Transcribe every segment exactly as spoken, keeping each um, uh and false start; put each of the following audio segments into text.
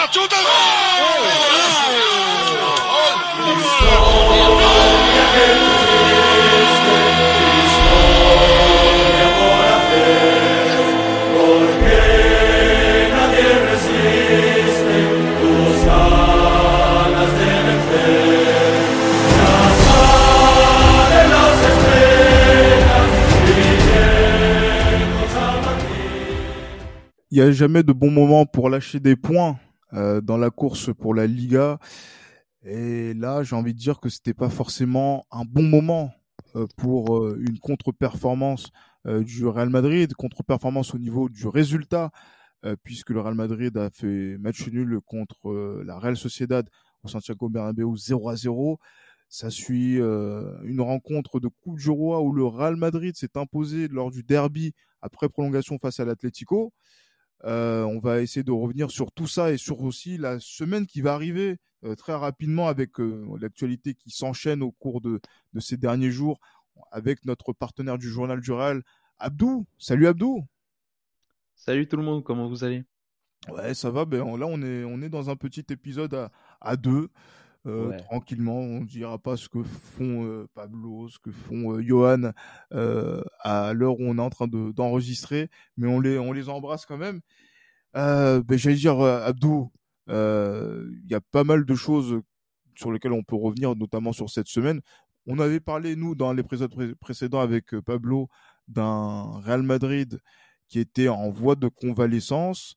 battuta! Il n'y a jamais de bon moment pour lâcher des points euh, dans la course pour la Liga. Et là, j'ai envie de dire que c'était pas forcément un bon moment euh, pour euh, une contre-performance euh, du Real Madrid, contre-performance au niveau du résultat, euh, puisque le Real Madrid a fait match nul contre euh, la Real Sociedad au Santiago Bernabéu zéro à zéro. Ça suit euh, une rencontre de Coupe du Roi où le Real Madrid s'est imposé lors du derby après prolongation face à l'Atlético. Euh, on va essayer de revenir sur tout ça et sur aussi la semaine qui va arriver euh, très rapidement avec euh, l'actualité qui s'enchaîne au cours de, de ces derniers jours avec notre partenaire du Journal du Real, Abdou. Salut Abdou. Salut tout le monde, comment vous allez? Ouais, ça va. Ben, là, on est, on est dans un petit épisode à, à deux. Euh, Ouais. tranquillement, on ne dira pas ce que font euh, Pablo, ce que font euh, Johan euh, à l'heure où on est en train de, d'enregistrer, mais on les, on les embrasse quand même. Euh, ben, j'allais dire, euh, Abdou, euh, il y a pas mal de choses sur lesquelles on peut revenir, notamment sur cette semaine. On avait parlé, nous, dans l'épisode pré- précédent avec euh, Pablo, d'un Real Madrid qui était en voie de convalescence.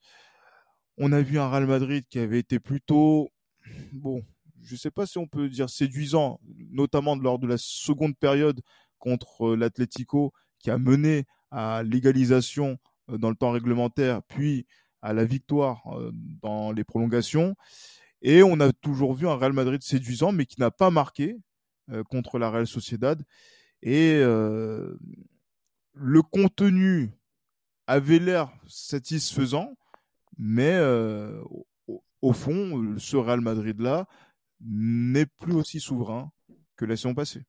On a vu un Real Madrid qui avait été plutôt, bon, je ne sais pas si on peut dire séduisant, notamment lors de la seconde période contre euh, l'Atlético, qui a mené à l'égalisation euh, dans le temps réglementaire, puis à la victoire euh, dans les prolongations. Et on a toujours vu un Real Madrid séduisant, mais qui n'a pas marqué euh, contre la Real Sociedad. Et euh, le contenu avait l'air satisfaisant, mais euh, au, au fond, ce Real Madrid-là n'est plus aussi souverain que la saison passée.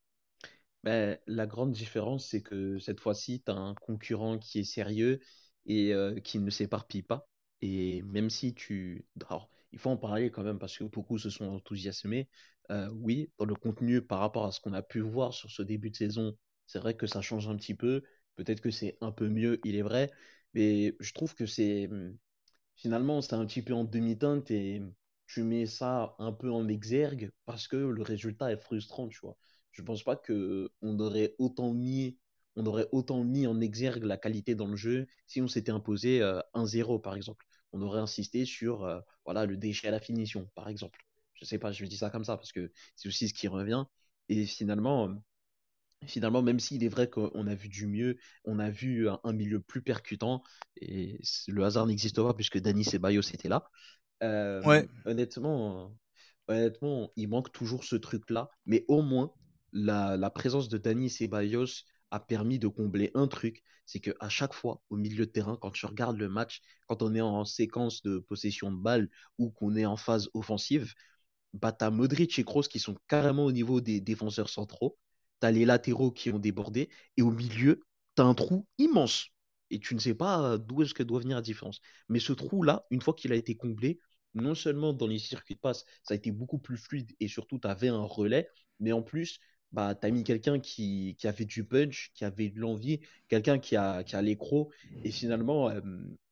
Ben, la grande différence, c'est que cette fois-ci, tu as un concurrent qui est sérieux et euh, qui ne s'éparpille pas. Et même si tu... Alors, il faut en parler quand même parce que beaucoup se sont enthousiasmés. Euh, oui, dans le contenu par rapport à ce qu'on a pu voir sur ce début de saison, c'est vrai que ça change un petit peu. Peut-être que c'est un peu mieux, il est vrai. Mais je trouve que c'est... Finalement, c'est un petit peu en demi-teinte et tu mets ça un peu en exergue parce que le résultat est frustrant, tu vois. Je pense pas que on aurait autant mis, on aurait autant mis en exergue la qualité dans le jeu si on s'était imposé euh, un zéro, par exemple. On aurait insisté sur euh, voilà, le déchet à la finition, par exemple. Je sais pas, je dis ça comme ça parce que c'est aussi ce qui revient. Et finalement, Finalement, même s'il est vrai qu'on a vu du mieux, on a vu un, un milieu plus percutant, et le hasard n'existe pas puisque Dani Ceballos était là. Euh, Ouais, honnêtement, honnêtement, il manque toujours ce truc-là, mais au moins, la, la présence de Dani Ceballos a permis de combler un truc, c'est qu'à chaque fois, au milieu de terrain, quand tu regardes le match, quand on est en séquence de possession de balle ou qu'on est en phase offensive, bah, t'as Modric et Kroos qui sont carrément au niveau des défenseurs centraux. T'as les latéraux qui ont débordé. Et au milieu, t'as un trou immense. Et tu ne sais pas euh, d'où est-ce que doit venir la différence. Mais ce trou-là, une fois qu'il a été comblé, non seulement dans les circuits de passe, ça a été beaucoup plus fluide et surtout, tu avais un relais, mais en plus, bah, tu as mis quelqu'un qui, qui avait du punch, qui avait de l'envie, quelqu'un qui a, qui a l'écro. Et finalement, euh,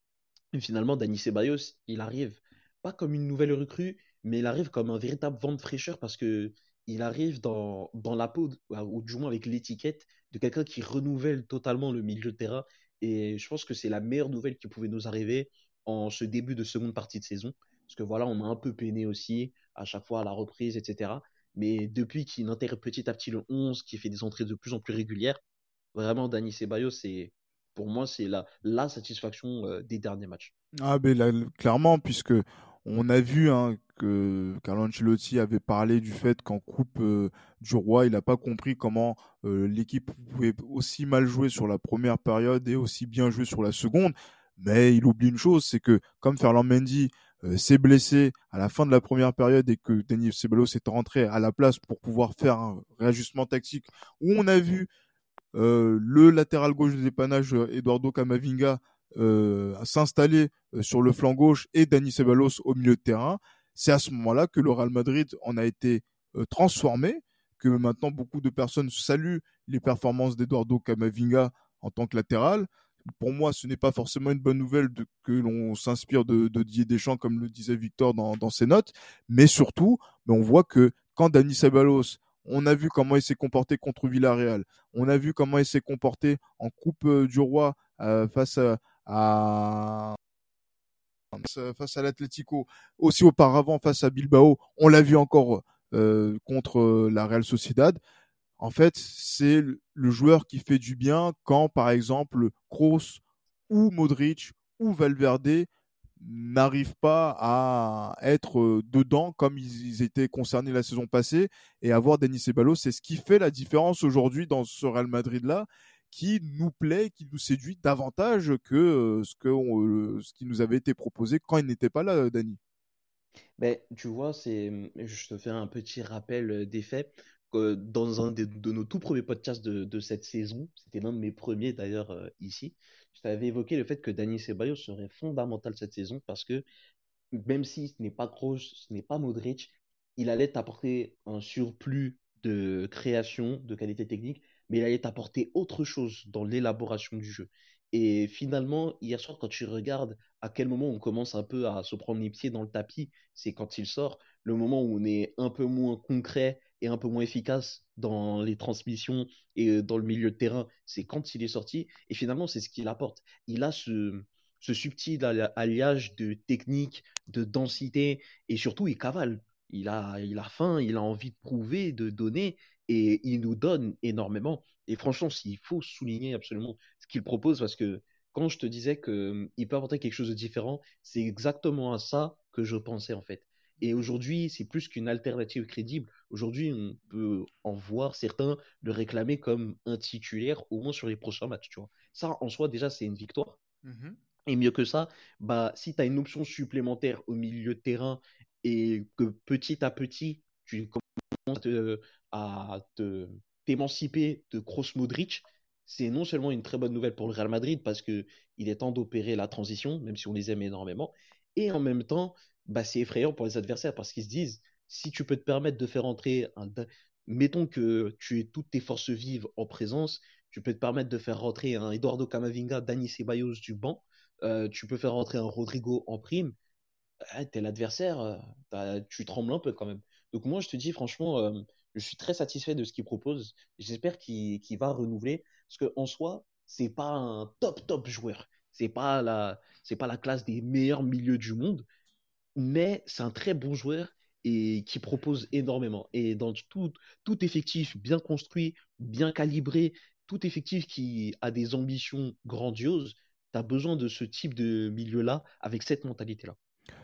et finalement, Dani Ceballos, il arrive pas comme une nouvelle recrue, mais il arrive comme un véritable vent de fraîcheur parce que il arrive dans, dans la peau, de- ou du moins avec l'étiquette de quelqu'un qui renouvelle totalement le milieu de terrain. Et je pense que c'est la meilleure nouvelle qui pouvait nous arriver en ce début de seconde partie de saison. Parce que voilà, on a un peu peiné aussi à chaque fois à la reprise, et cetera. Mais depuis qu'il intègre petit à petit le onze, qui fait des entrées de plus en plus régulières, vraiment, Dani Ceballos, c'est, pour moi, c'est la, la satisfaction euh, des derniers matchs. ah, ben là, clairement, puisque on a vu hein, que Carlo Ancelotti avait parlé du fait qu'en Coupe euh, du Roi, il n'a pas compris comment euh, l'équipe pouvait aussi mal jouer sur la première période et aussi bien jouer sur la seconde. Mais il oublie une chose, c'est que comme Ferland Mendy euh, s'est blessé à la fin de la première période et que Denis Ceballos est rentré à la place pour pouvoir faire un réajustement tactique, où on a vu euh, le latéral gauche de dépannage, euh, Eduardo Camavinga, euh, s'installer euh, sur le flanc gauche et Dani Ceballos au milieu de terrain, c'est à ce moment-là que le Real Madrid en a été euh, transformé, que maintenant beaucoup de personnes saluent les performances d'Eduardo Camavinga en tant que latéral. Pour moi, ce n'est pas forcément une bonne nouvelle de, que l'on s'inspire de, de Didier Deschamps, comme le disait Victor dans, dans ses notes, mais surtout, mais on voit que quand Dani Ceballos, on a vu comment il s'est comporté contre Villarreal, on a vu comment il s'est comporté en Coupe euh, du Roi euh, face à, à face à l'Atlético, aussi auparavant face à Bilbao, on l'a vu encore euh, contre euh, la Real Sociedad. En fait, c'est le joueur qui fait du bien quand, par exemple, Kroos ou Modric ou Valverde n'arrivent pas à être dedans comme ils étaient concernés la saison passée, et avoir Dani Ceballos, c'est ce qui fait la différence aujourd'hui dans ce Real Madrid-là, qui nous plaît, qui nous séduit davantage que ce, que on, ce qui nous avait été proposé quand il n'était pas là, Dani. Ben, tu vois, c'est, je te fais un petit rappel euh, des faits. Que Dans un des- de nos tout premiers podcasts de, de cette saison, c'était l'un de mes premiers d'ailleurs euh, ici, je t'avais évoqué le fait que Dani Ceballos serait fondamental cette saison parce que même si ce n'est pas Kroos, ce n'est pas Modric, il allait t'apporter un surplus de création, de qualité technique, mais il allait t'apporter autre chose dans l'élaboration du jeu. Et finalement, hier soir, quand tu regardes à quel moment on commence un peu à se prendre les pieds dans le tapis, c'est quand il sort, le moment où on est un peu moins concret et un peu moins efficace dans les transmissions et dans le milieu de terrain, c'est quand il est sorti. Et finalement, c'est ce qu'il apporte. Il a ce, ce subtil alliage de technique, de densité, et surtout, il cavale. Il a, il a faim, il a envie de prouver, de donner, et il nous donne énormément. Et franchement, s'il faut souligner absolument ce qu'il propose, parce que quand je te disais qu'il peut apporter quelque chose de différent, c'est exactement à ça que je pensais en fait. Et aujourd'hui, c'est plus qu'une alternative crédible. Aujourd'hui, on peut en voir certains le réclamer comme un titulaire, au moins sur les prochains matchs, tu vois. Ça, en soi, déjà, c'est une victoire. Mm-hmm. Et mieux que ça, bah, si tu as une option supplémentaire au milieu de terrain et que petit à petit, tu commences te- à te, t'émanciper de Kroos Modric, c'est non seulement une très bonne nouvelle pour le Real Madrid parce que il est temps d'opérer la transition, même si on les aime énormément, et en même temps, bah, c'est effrayant pour les adversaires parce qu'ils se disent, si tu peux te permettre de faire entrer un... Mettons que tu aies toutes tes forces vives en présence, tu peux te permettre de faire rentrer un Eduardo Camavinga, Dani Ceballos du banc, euh, tu peux faire rentrer un Rodrigo en prime, ah, t'es l'adversaire, euh, t'as- tu trembles un peu quand même. Donc moi, je te dis franchement, euh, je suis très satisfait de ce qu'il propose. J'espère qu'il qu'il va renouveler, parce qu'en soi, c'est pas un top top joueur. C'est pas la, c'est pas la classe des meilleurs milieux du monde, mais c'est un très bon joueur et qui propose énormément. Et dans tout, tout effectif bien construit, bien calibré, tout effectif qui a des ambitions grandioses, tu as besoin de ce type de milieu-là avec cette mentalité-là.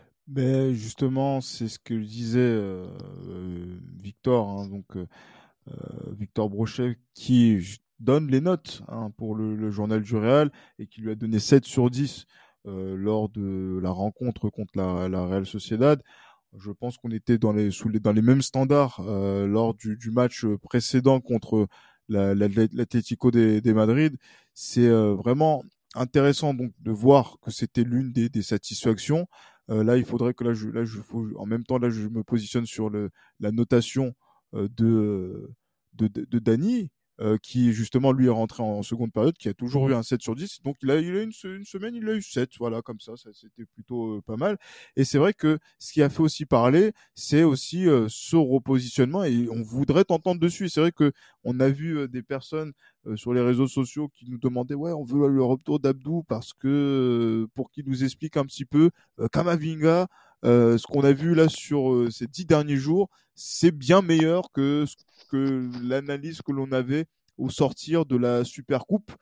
Mais justement, c'est ce que disait euh, euh, Victor, hein, donc euh, euh, Victor Brochet, qui j- donne les notes, hein, pour le, le journal du Real, et qui lui a donné sept sur dix euh, lors de la rencontre contre la, la Real Sociedad. Je pense qu'on était dans les, sous les, dans les mêmes standards euh, lors du, du match précédent contre la, la, l'Atlético de, de Madrid. C'est euh, vraiment intéressant donc de voir que c'était l'une des, des satisfactions. Euh, là, il faudrait que là, je, là, je, faut, en même temps, là, je me positionne sur le, la notation euh, de, de, de, de Dani, euh, qui justement lui est rentré en, en seconde période, qui a toujours eu un sept sur dix. Donc il a, il a une, une semaine, il a eu sept, voilà, comme ça, ça c'était plutôt euh, pas mal. Et c'est vrai que ce qui a fait aussi parler, c'est aussi euh, ce repositionnement, et on voudrait t'entendre dessus. Et c'est vrai que on a vu euh, des personnes euh, sur les réseaux sociaux qui nous demandaient, ouais, on veut le retour d'Abdou parce que euh, pour qu'il nous explique un petit peu euh, Kamavinga, euh, ce qu'on a vu là sur euh, ces dix derniers jours, c'est bien meilleur que ce que l'analyse que l'on avait au sortir de la Super Coupe,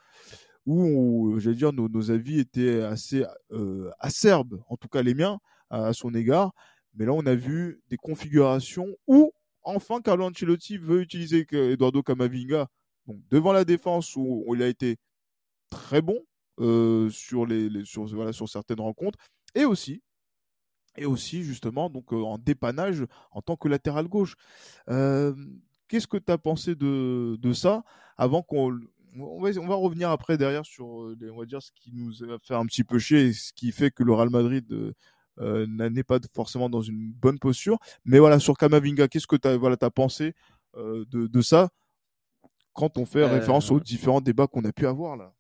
où, j'allais dire, nos, nos avis étaient assez euh, acerbes, en tout cas les miens, à, à son égard. Mais là, on a vu des configurations où, enfin, Carlo Ancelotti veut utiliser Eduardo Camavinga, donc devant la défense, où, où il a été très bon euh, sur, les, les- sur, voilà, sur certaines rencontres, et aussi, et aussi justement, donc, euh, en dépannage en tant que latéral gauche. Euh, Qu'est-ce que tu as pensé de, de ça avant qu'on on va, on va revenir après derrière sur, euh, les- on va dire, ce qui nous a fait un petit peu chier et ce qui fait que le Real Madrid euh, euh, n'est pas forcément dans une bonne posture. Mais voilà, sur Kamavinga, qu'est-ce que tu as voilà, t'as pensé euh, de, de ça quand on fait référence aux Euh, différents débats qu'on a pu avoir là?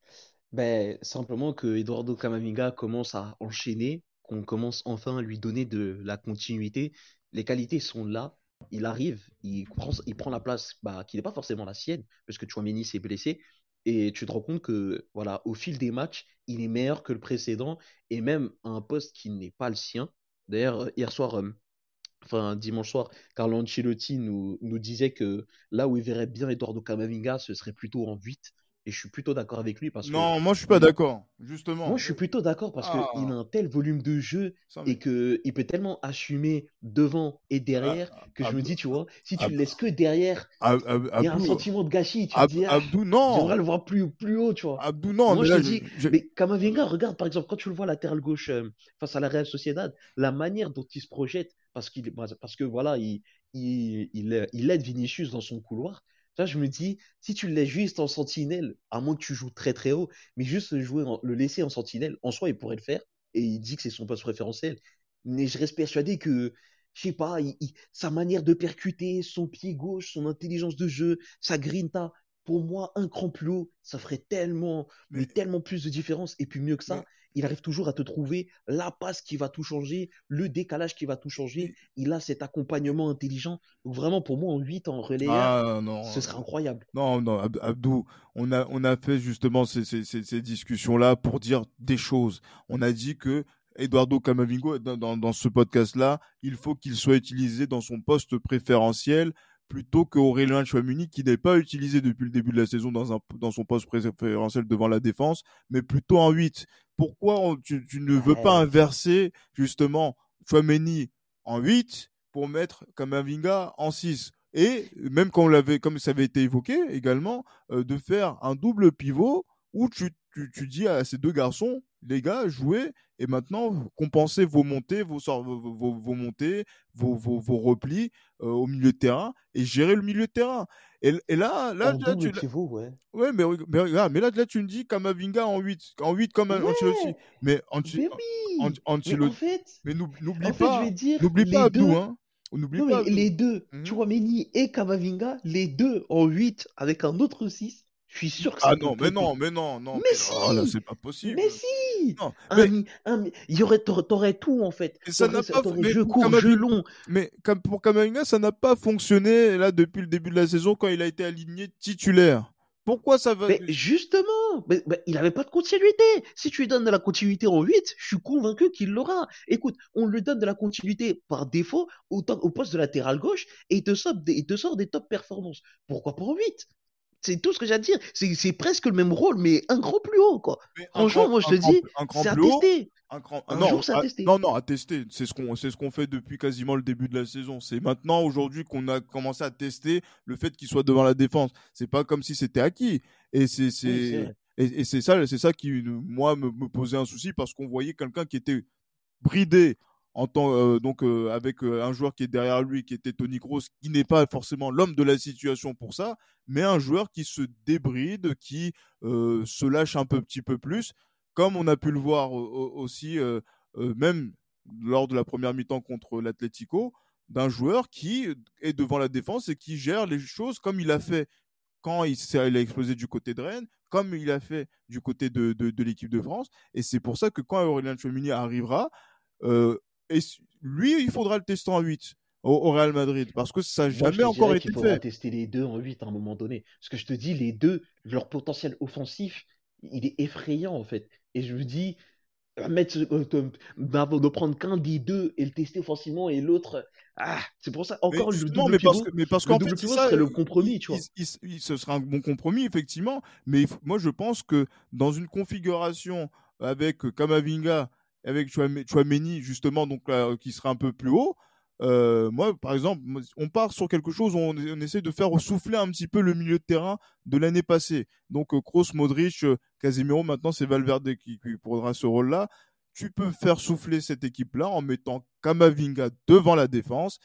ben, simplement que Eduardo Camavinga commence à enchaîner, qu'on commence enfin à lui donner de la continuité. Les qualités sont là. Il arrive, il prend, il prend la place bah, qui n'est pas forcément la sienne, parce que Tchouaméni s'est blessé. Et tu te rends compte que, voilà, au fil des matchs, il est meilleur que le précédent, et même à un poste qui n'est pas le sien. D'ailleurs, hier soir, euh, enfin dimanche soir, Carlo Ancelotti nous, nous disait que là où il verrait bien Eduardo Camavinga, ce serait plutôt en huit. Et je suis plutôt d'accord avec lui parce que Non, moi je suis pas pour moi, d'accord, moi, justement. je suis plutôt d'accord parce Ah, qu'il a un tel volume de jeu ça mais et qu'il peut tellement assumer devant et ah, derrière que je me Abdou, dis, tu vois, si tu le Ab- laisses que derrière, Ab- Ab- il y a un Abdou, sentiment de gâchis. Tu te Ab- dis, ah, Abdou, non, j'aimerais le voir plus, plus haut, tu vois. Abdou, non, Moi, mais je te là, je, dis, je- mais Kamavinga, regarde, par exemple, quand tu le vois latéral gauche euh, face à la Real Sociedad, la manière dont il se projette, parce, qu'il, parce que voilà, il, il, il, il aide Vinicius dans son couloir. Ça, je me dis, si tu le laisses juste en sentinelle, à moins que tu joues très très haut, mais juste le, jouer en- le laisser en sentinelle, en soi, il pourrait le faire, et il dit que c'est son poste préférentiel. Mais je reste persuadé que, je sais pas, il- il- sa manière de percuter, son pied gauche, son intelligence de jeu, sa grinta, pour moi, un cran plus haut, ça ferait tellement, mais mais, tellement plus de différence. Et puis mieux que mais, ça, il arrive toujours à te trouver la passe qui va tout changer, le décalage qui va tout changer. mais- Il a cet accompagnement intelligent. Donc vraiment, pour moi, en huit en relayeur, ah ce non, serait incroyable. non, non, Ab- Abdou, on a, on a fait justement ces, ces, ces, ces discussions-là pour dire des choses. On a dit que Eduardo Camavinga, dans, dans, dans ce podcast-là, il faut qu'il soit utilisé dans son poste préférentiel plutôt qu'Aurélien Tchouameni, qui n'est pas utilisé depuis le début de la saison dans, un, dans son poste préférentiel devant la défense, mais plutôt en huit. Pourquoi on- tu, tu ne veux pas Ouais. inverser justement Tchouameni en huit pour mettre Camavinga en six? Et même quand on l'avait, comme ça avait été évoqué également, euh, de faire un double pivot où tu, tu, tu dis à ces deux garçons, les gars, jouez et maintenant compensez vos montées, vos, sor- vos, vos, vos montées, vos, vos, vos replis euh, au milieu de terrain et gérer le milieu de terrain. Et, et là, là, En là, double tu, là- pivot, ouais. ouais, mais, mais, regarde, mais là, là, tu me dis Kamavinga en huit en huit comme Ancelotti. Ouais, Mais Anci- mais An- oui. Mais en Ancelotti, fait, mais n'oub- n'oublie en fait, je pas, vais dire n'oublie pas les Abdou, deux. hein. N'oublie Non, mais pas Abdou. les deux, Mhm. Tchouaméni et Kamavinga, les deux en huit avec un autre six, je suis sûr que ça Ah peut non, mais péter. non, mais non, non, Mais mais oh là, si! c'est pas Mais possible. si! Non, Un, mais, mi- un, mi- il y aurait, t'aurais, t'aurais tout en fait. mais ça T'aurais, n'a pas, t'aurais mais jeu pour court, jeu Kamavinga, long. mais comme pour Kamavinga, ça n'a pas fonctionné là depuis le début de la saison quand il a été aligné titulaire. Pourquoi ça va? Mais justement, mais- mais il n'avait pas de continuité. Si tu lui donnes de la continuité en huit, je suis convaincu qu'il l'aura. Écoute, on lui donne de la continuité par défaut au, to- au poste de latéral gauche et il te sort des, il te sort des top performances. Pourquoi pas en huit? C'est tout ce que j'ai à te dire. C'est c'est presque le même rôle, mais un cran plus haut, quoi. Mais un Franchement, cran, moi, je un te cran, dis, un cran c'est à plus haut, tester. un cran, ah Un non, jour, c'est à à- tester. non, non, à tester. C'est ce qu'on, c'est ce qu'on fait depuis quasiment le début de la saison. C'est maintenant, aujourd'hui, qu'on a commencé à tester le fait qu'il soit devant la défense. C'est pas comme si c'était acquis. Et c'est, Oui, c'est c'est, vrai. et, et c'est ça, c'est ça qui, moi, me, me posait un souci parce qu'on voyait quelqu'un qui était bridé en tant, euh, donc euh, avec euh, un joueur qui est derrière lui, qui était Tony Kroos, qui n'est pas forcément l'homme de la situation pour ça, mais un joueur qui se débride, qui euh, se lâche un peu, petit peu plus, comme on a pu le voir euh, aussi, euh, euh, même lors de la première mi-temps contre l'Atlético, d'un joueur qui est devant la défense et qui gère les choses comme il a fait quand il, s'est- il a explosé du côté de Rennes, comme il a fait du côté de, de, de l'équipe de France. Et c'est pour ça que quand Aurélien Tchouameni arrivera, euh, et lui, il faudra le tester en huit au, au Real Madrid, parce que ça n'a Moi, je jamais te encore dirais qu'il été faudra fait. tester les deux en huit à un moment donné. Parce que je te dis, les deux, leur potentiel offensif, il est effrayant, en fait. Et je me dis, euh, mettre, euh, de, de prendre qu'un des deux et le tester offensivement et l'autre. Ah, c'est pour ça, Mais encore le justement, double mais parce que, pivot. mais parce Le qu'en fait, double c'est pivot ça, serait le il, compromis, tu il, vois. il, il, ce sera un bon compromis, effectivement. Mais il faut- moi, je pense que dans une configuration avec Kamavinga, avec Chouame- Chouameni, justement, donc là, qui sera un peu plus haut, euh, moi, par exemple, moi, on part sur quelque chose où on, on essaie de faire souffler un petit peu le milieu de terrain de l'année passée. Donc, euh, Kroos, Modric, euh, Casemiro, maintenant, c'est Valverde qui, qui prendra ce rôle-là. Tu peux faire souffler cette équipe-là en mettant Kamavinga devant la défense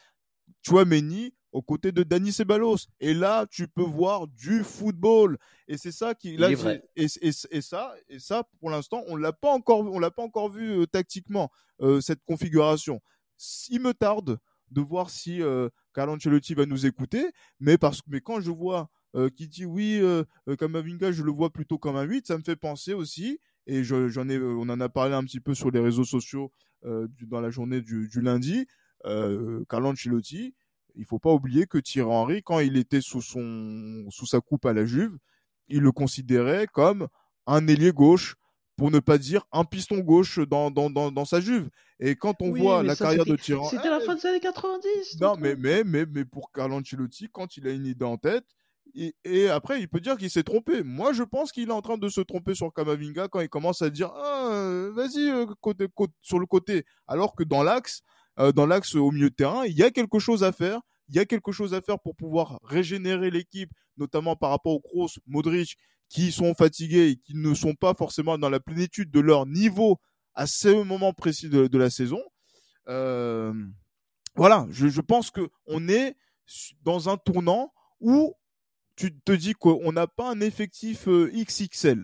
Tchouaméni aux côtés de Dani Ceballos. Et là, tu peux voir du football. Et c'est ça qui, Il là, est c'est, vrai. et, et, et ça, et ça, pour l'instant, on l'a pas encore, on l'a pas encore vu euh, tactiquement euh, cette configuration. Il me tarde de voir si euh, Carlo Ancelotti va nous écouter, mais parce que, mais quand je vois euh, qui dit oui, euh, Kamavinga, je le vois plutôt comme un huit, ça me fait penser aussi. Et je, j'en ai, on en a parlé un petit peu sur les réseaux sociaux euh, du, dans la journée du, du lundi. Euh, Carlo Ancelotti, il faut pas oublier que Thierry Henry, quand il était sous son sous sa coupe à la Juve, il le considérait comme un ailier gauche, pour ne pas dire un piston gauche dans, dans, dans, dans sa Juve. Et quand on Oui, voit mais la ça, carrière de c'était, Thierry Henry, c'était la eh, fin des années quatre-vingt-dix, non, mais, tonton. mais, mais, mais pour Carlo Ancelotti, quand il a une idée en tête, et, et après, il peut dire qu'il s'est trompé. Moi, je pense qu'il est en train de se tromper sur Kamavinga quand il commence à dire ah, euh, vas-y, euh, côté, côté, sur le côté. Alors que dans l'axe, euh, dans l'axe au milieu de terrain, il y a quelque chose à faire. Il y a quelque chose à faire pour pouvoir régénérer l'équipe, notamment par rapport aux Kroos, Modric, qui sont fatigués et qui ne sont pas forcément dans la plénitude de leur niveau à ce moment précis de, de la saison. Euh, voilà, je, je pense qu'on est dans un tournant où tu te dis qu'on n'a pas un effectif euh, X X L,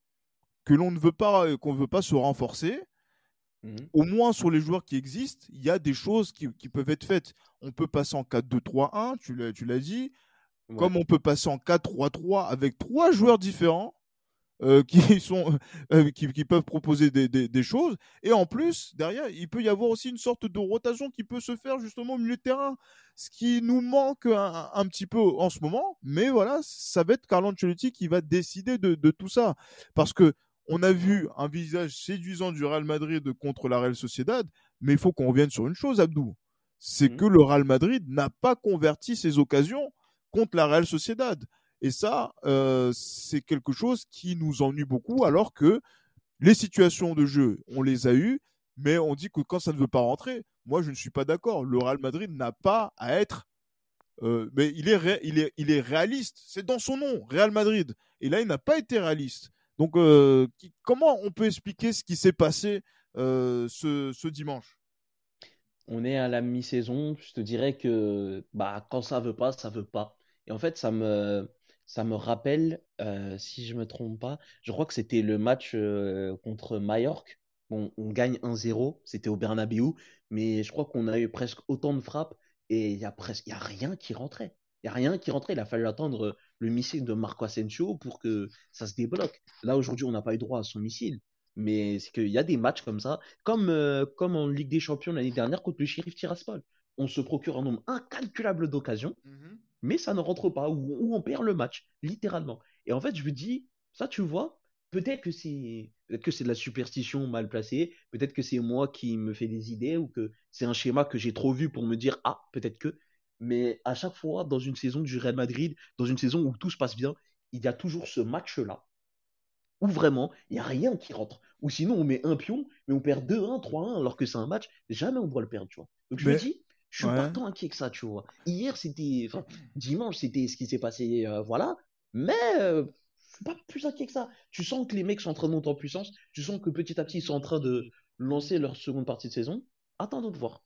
que l'on ne veut pas, euh, qu'on ne veut pas se renforcer. Mhm. Au moins sur les joueurs qui existent, il y a des choses qui, qui peuvent être faites. On peut passer en quatre deux trois un, tu l'as, tu l'as dit, Ouais. comme on peut passer en quatre trois trois avec trois joueurs différents. Euh, qui sont euh, qui, qui, peuvent proposer des, des, des, choses, et en plus derrière il peut y avoir aussi une sorte de rotation qui peut se faire justement au milieu de terrain, ce qui nous manque un, un petit peu en ce moment, mais voilà, ça va être Carlo Ancelotti qui va décider de, de tout ça, parce que on a vu un visage séduisant du Real Madrid contre la Real Sociedad, mais il faut qu'on revienne sur une chose, Abdou, c'est Mhm. que le Real Madrid n'a pas converti ses occasions contre la Real Sociedad. Et ça, euh, c'est quelque chose qui nous ennuie beaucoup, alors que les situations de jeu, on les a eues, mais on dit que quand ça ne veut pas rentrer, moi je ne suis pas d'accord. Le Real Madrid n'a pas à être, euh, mais il est, ré, il, est, il est réaliste. C'est dans son nom, Real Madrid. Et là, il n'a pas été réaliste. Donc, euh, qui, comment on peut expliquer ce qui s'est passé euh, ce, ce dimanche? On est à la mi-saison. Je te dirais que bah, quand ça veut pas, ça veut pas. Et en fait, ça me, ça me rappelle, euh, si je me trompe pas, je crois que c'était le match euh, contre Majorque. Bon, on gagne un zéro, c'était au Bernabéu, mais je crois qu'on a eu presque autant de frappes et il y a presque, il y a rien qui rentrait. Il y a rien qui rentrait. Il a fallu attendre le missile de Marco Asensio pour que ça se débloque. Là, aujourd'hui, on n'a pas eu droit à son missile. Mais c'est qu'il y a des matchs comme ça, comme, euh, comme en Ligue des Champions l'année dernière contre le Sheriff Tiraspol. On se procure un nombre incalculable d'occasions, Mm-hmm. mais ça ne rentre pas, ou, ou on perd le match, littéralement. Et en fait, je me dis, ça, tu vois, peut-être que c'est peut-être que c'est de la superstition mal placée, peut-être que c'est moi qui me fais des idées, ou que c'est un schéma que j'ai trop vu pour me dire, ah, peut-être que. Mais à chaque fois, dans une saison du Real Madrid, dans une saison où tout se passe bien, il y a toujours ce match-là où vraiment, il n'y a rien qui rentre. Ou sinon, on met un pion, mais on perd deux un, trois un, alors que c'est un match, jamais on doit le perdre, tu vois. Donc je me Mais, dis, je suis pas ouais. tant inquiet que ça, tu vois. Hier, c'était, enfin, dimanche, c'était ce qui s'est passé, euh, voilà. Mais euh, je suis pas plus inquiet que ça. Tu sens que les mecs sont en train de monter en puissance. Tu sens que petit à petit, ils sont en train de lancer leur seconde partie de saison. Attendons de voir.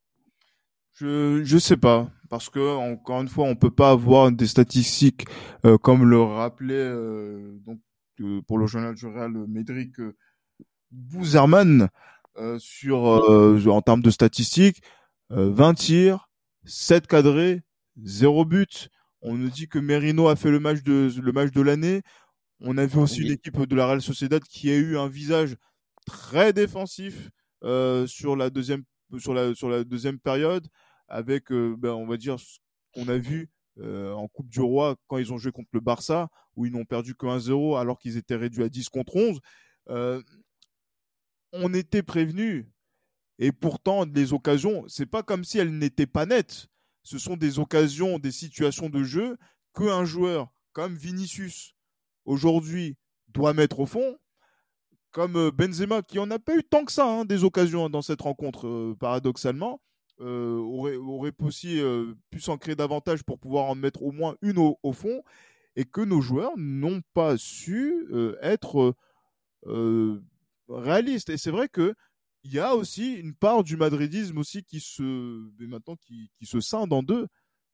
Je je sais pas, parce que encore une fois on peut pas avoir des statistiques euh, comme le rappelait euh, donc euh, pour le journal du Real Médric euh, Bouzerman euh, sur euh, en termes de statistiques euh, vingt tirs, sept cadrés, zéro but. On nous dit que Merino a fait le match de le match de l'année. On a vu aussi une Oui, équipe de la Real Sociedad qui a eu un visage très défensif euh, sur la deuxième sur la sur la deuxième période, avec euh, ben, on va dire ce qu'on a vu euh, en Coupe du Roi quand ils ont joué contre le Barça, où ils n'ont perdu que un zéro alors qu'ils étaient réduits à dix contre onze. Euh, on était prévenus, et pourtant les occasions, c'est pas comme si elles n'étaient pas nettes. Ce sont des occasions, des situations de jeu qu'un joueur comme Vinicius aujourd'hui doit mettre au fond, comme euh, Benzema, qui en a pas eu tant que ça, hein, des occasions dans cette rencontre, euh, paradoxalement, euh, aurait, aurait aussi euh, pu s'en créer davantage pour pouvoir en mettre au moins une au, au fond, et que nos joueurs n'ont pas su euh, être euh, réalistes. Et c'est vrai que il y a aussi une part du madridisme aussi qui se, mais maintenant qui, qui se scinde en deux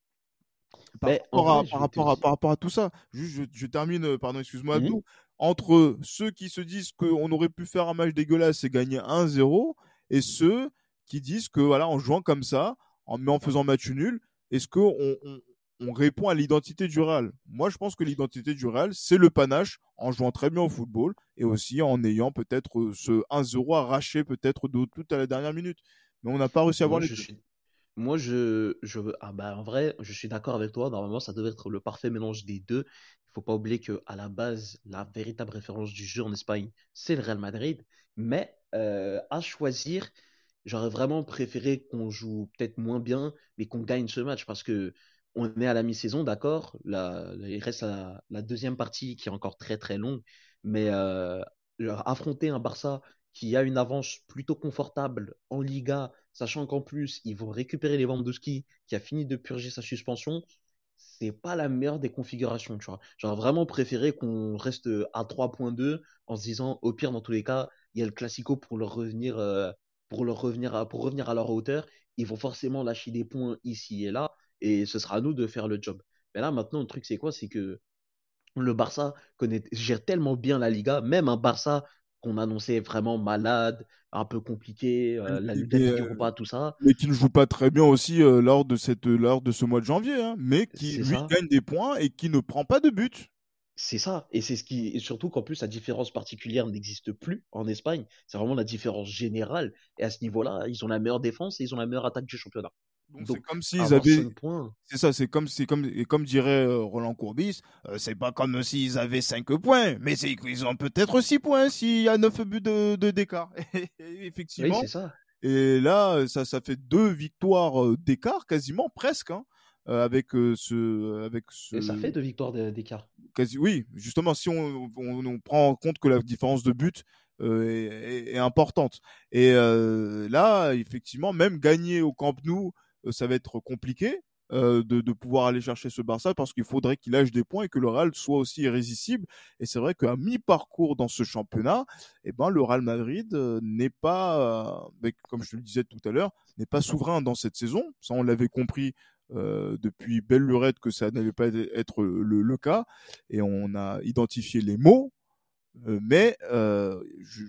par Mais en rapport à, vrai, par je vais te rapport à, dire. par rapport à tout ça. Juste, je, je termine, euh, pardon, excuse-moi, Mhm. Abdou. Entre ceux qui se disent qu'on aurait pu faire un match dégueulasse et gagner un zéro, et ceux qui disent que, voilà, en jouant comme ça, en, mais en faisant match nul, est-ce qu'on on, on répond à l'identité du Real? Moi, je pense que l'identité du Real, c'est le panache en jouant très bien au football et aussi en ayant peut-être euh, ce un zéro arraché peut-être de tout à la dernière minute. Mais on n'a pas réussi à avoir Moi, les je deux. suis. Moi, je, je veux. Ah bah, en vrai, je suis d'accord avec toi. Normalement, ça devrait être le parfait mélange des deux. Il faut pas oublier que à la base, la véritable référence du jeu en Espagne, c'est le Real Madrid. Mais euh, à choisir, j'aurais vraiment préféré qu'on joue peut-être moins bien, mais qu'on gagne ce match parce que on est à la mi-saison, d'accord. La- il reste la, la deuxième partie qui est encore très très longue, mais euh, genre, affronter un Barça qui a une avance plutôt confortable en Liga, sachant qu'en plus, ils vont récupérer Lewandowski, qui a fini de purger sa suspension, c'est pas la meilleure des configurations, tu vois. J'aurais vraiment préféré qu'on reste à trois virgule deux en se disant, au pire, dans tous les cas, il y a le Classico pour leur revenir, euh, pour leur revenir à, pour revenir à leur hauteur. Ils vont forcément lâcher des points ici et là, et ce sera à nous de faire le job. Mais là, maintenant, le truc, c'est quoi? C'est que le Barça connaît, gère tellement bien la Liga, même un Barça qu'on annonçait vraiment malade, un peu compliqué, euh, la, la Mais, Ligue euh, Europa, tout ça. mais qui ne joue pas très bien aussi euh, lors de cette lors de ce mois de janvier, hein, mais qui C'est lui ça, gagne des points et qui ne prend pas de but. c'est ça. Et c'est ce qui, et surtout qu'en plus, la différence particulière n'existe plus en Espagne. C'est vraiment la différence générale. Et à ce niveau-là, ils ont la meilleure défense et ils ont la meilleure attaque du championnat. Donc c'est Donc, comme s'ils avoir avaient, cinq points, c'est ça, c'est comme c'est comme et comme dirait euh, Roland Courbis, euh, c'est pas comme s'ils avaient cinq points, mais c'est qu'ils ont peut-être six points s'il y a neuf buts de de- d'écart. Et oui, effectivement. c'est ça. Et là, ça, ça fait deux victoires euh, d'écart, quasiment, presque, hein, euh, avec euh, ce, avec Et ça fait ce, deux victoires de- d'écart. quasi, oui, justement, si on, on, on prend en compte que la différence de but euh, est, est, est importante. Et euh, là, effectivement, même gagner au Camp Nou, euh, ça va être compliqué. Euh, de, de pouvoir aller chercher ce Barça parce qu'il faudrait qu'il lâche des points et que le Real soit aussi irrésistible. Et c'est vrai qu'à mi-parcours dans ce championnat, eh ben, le Real Madrid euh, n'est pas, euh, comme je te le disais tout à l'heure, n'est pas souverain dans cette saison. Ça, on l'avait compris euh, depuis belle lurette que ça n'allait pas être le, le cas et on a identifié les mots, euh, mais euh, je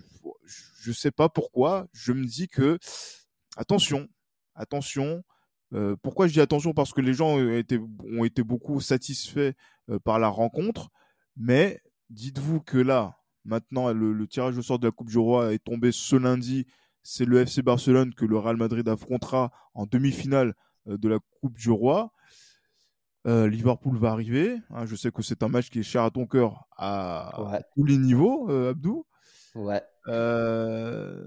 je sais pas pourquoi, je me dis que attention, attention. Euh, pourquoi je dis attention? Parce que les gens ont été, ont été beaucoup satisfaits euh, par la rencontre, mais dites-vous que là, maintenant, le, le tirage au sort de la Coupe du Roi est tombé ce lundi. C'est le F C Barcelone que le Real Madrid affrontera en demi-finale euh, de la Coupe du Roi. Euh, Liverpool va arriver, hein, je sais que c'est un match qui est cher à ton cœur à, à Ouais, tous les niveaux, euh, Abdou. ouais. Euh,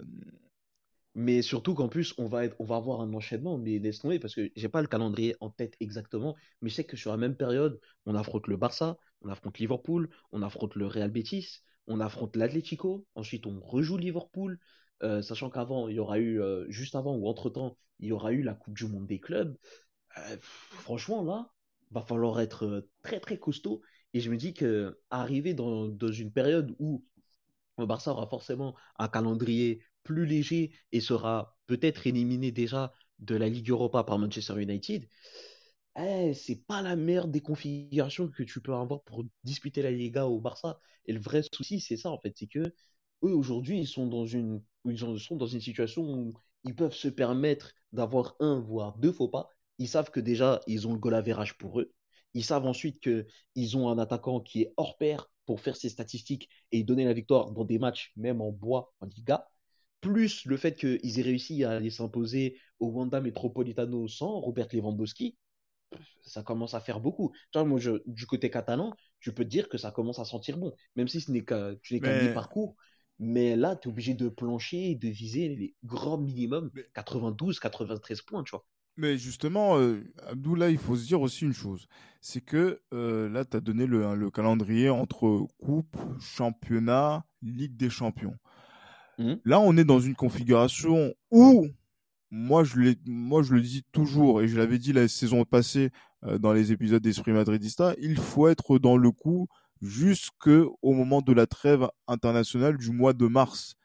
Mais surtout qu'en plus, on va être, on va avoir un enchaînement, mais laisse tomber, parce que j'ai pas le calendrier en tête exactement, mais je sais que sur la même période, on affronte le Barça, on affronte Liverpool, on affronte le Real Betis, on affronte l'Atlético, ensuite on rejoue Liverpool, euh, sachant qu'avant, il y aura eu, euh, juste avant ou entre-temps, il y aura eu la Coupe du Monde des clubs. Euh, franchement, là, va falloir être euh, très très costaud, et je me dis que arriver dans, dans une période où le Barça aura forcément un calendrier plus léger et sera peut-être éliminé déjà de la Ligue Europa par Manchester United. Eh, c'est pas la meilleure des configurations que tu peux avoir pour disputer la Liga au Barça. Et le vrai souci, c'est ça en fait, c'est que eux aujourd'hui, ils sont dans une, ils sont dans une situation où ils peuvent se permettre d'avoir un voire deux faux pas. Ils savent que déjà ils ont le goal average pour eux. Ils savent ensuite que ils ont un attaquant qui est hors pair pour faire ses statistiques et donner la victoire dans des matchs même en bois en Liga. Plus le fait qu'ils aient réussi à aller s'imposer au Wanda Metropolitano sans Robert Lewandowski, ça commence à faire beaucoup. Tu vois, moi, je, du côté catalan, je peux te dire que ça commence à sentir bon, même si ce n'est qu'à, tu n'es qu'à mais, mi-parcours. Mais là, tu es obligé de plancher et de viser les grands minimums, mais, quatre-vingt-douze, quatre-vingt-treize points, tu vois. mais justement, euh, Abdou, là, il faut se dire aussi une chose. C'est que euh, là, tu as donné le, hein, le calendrier entre Coupe, Championnat, Ligue des Champions. Mhm. Là, on est dans une configuration où moi je, l'ai, moi, je le dis toujours, et je l'avais dit la saison passée euh, dans les épisodes d'Esprit Madridista, il faut être dans le coup jusqu'au moment de la trêve internationale du mois de mars.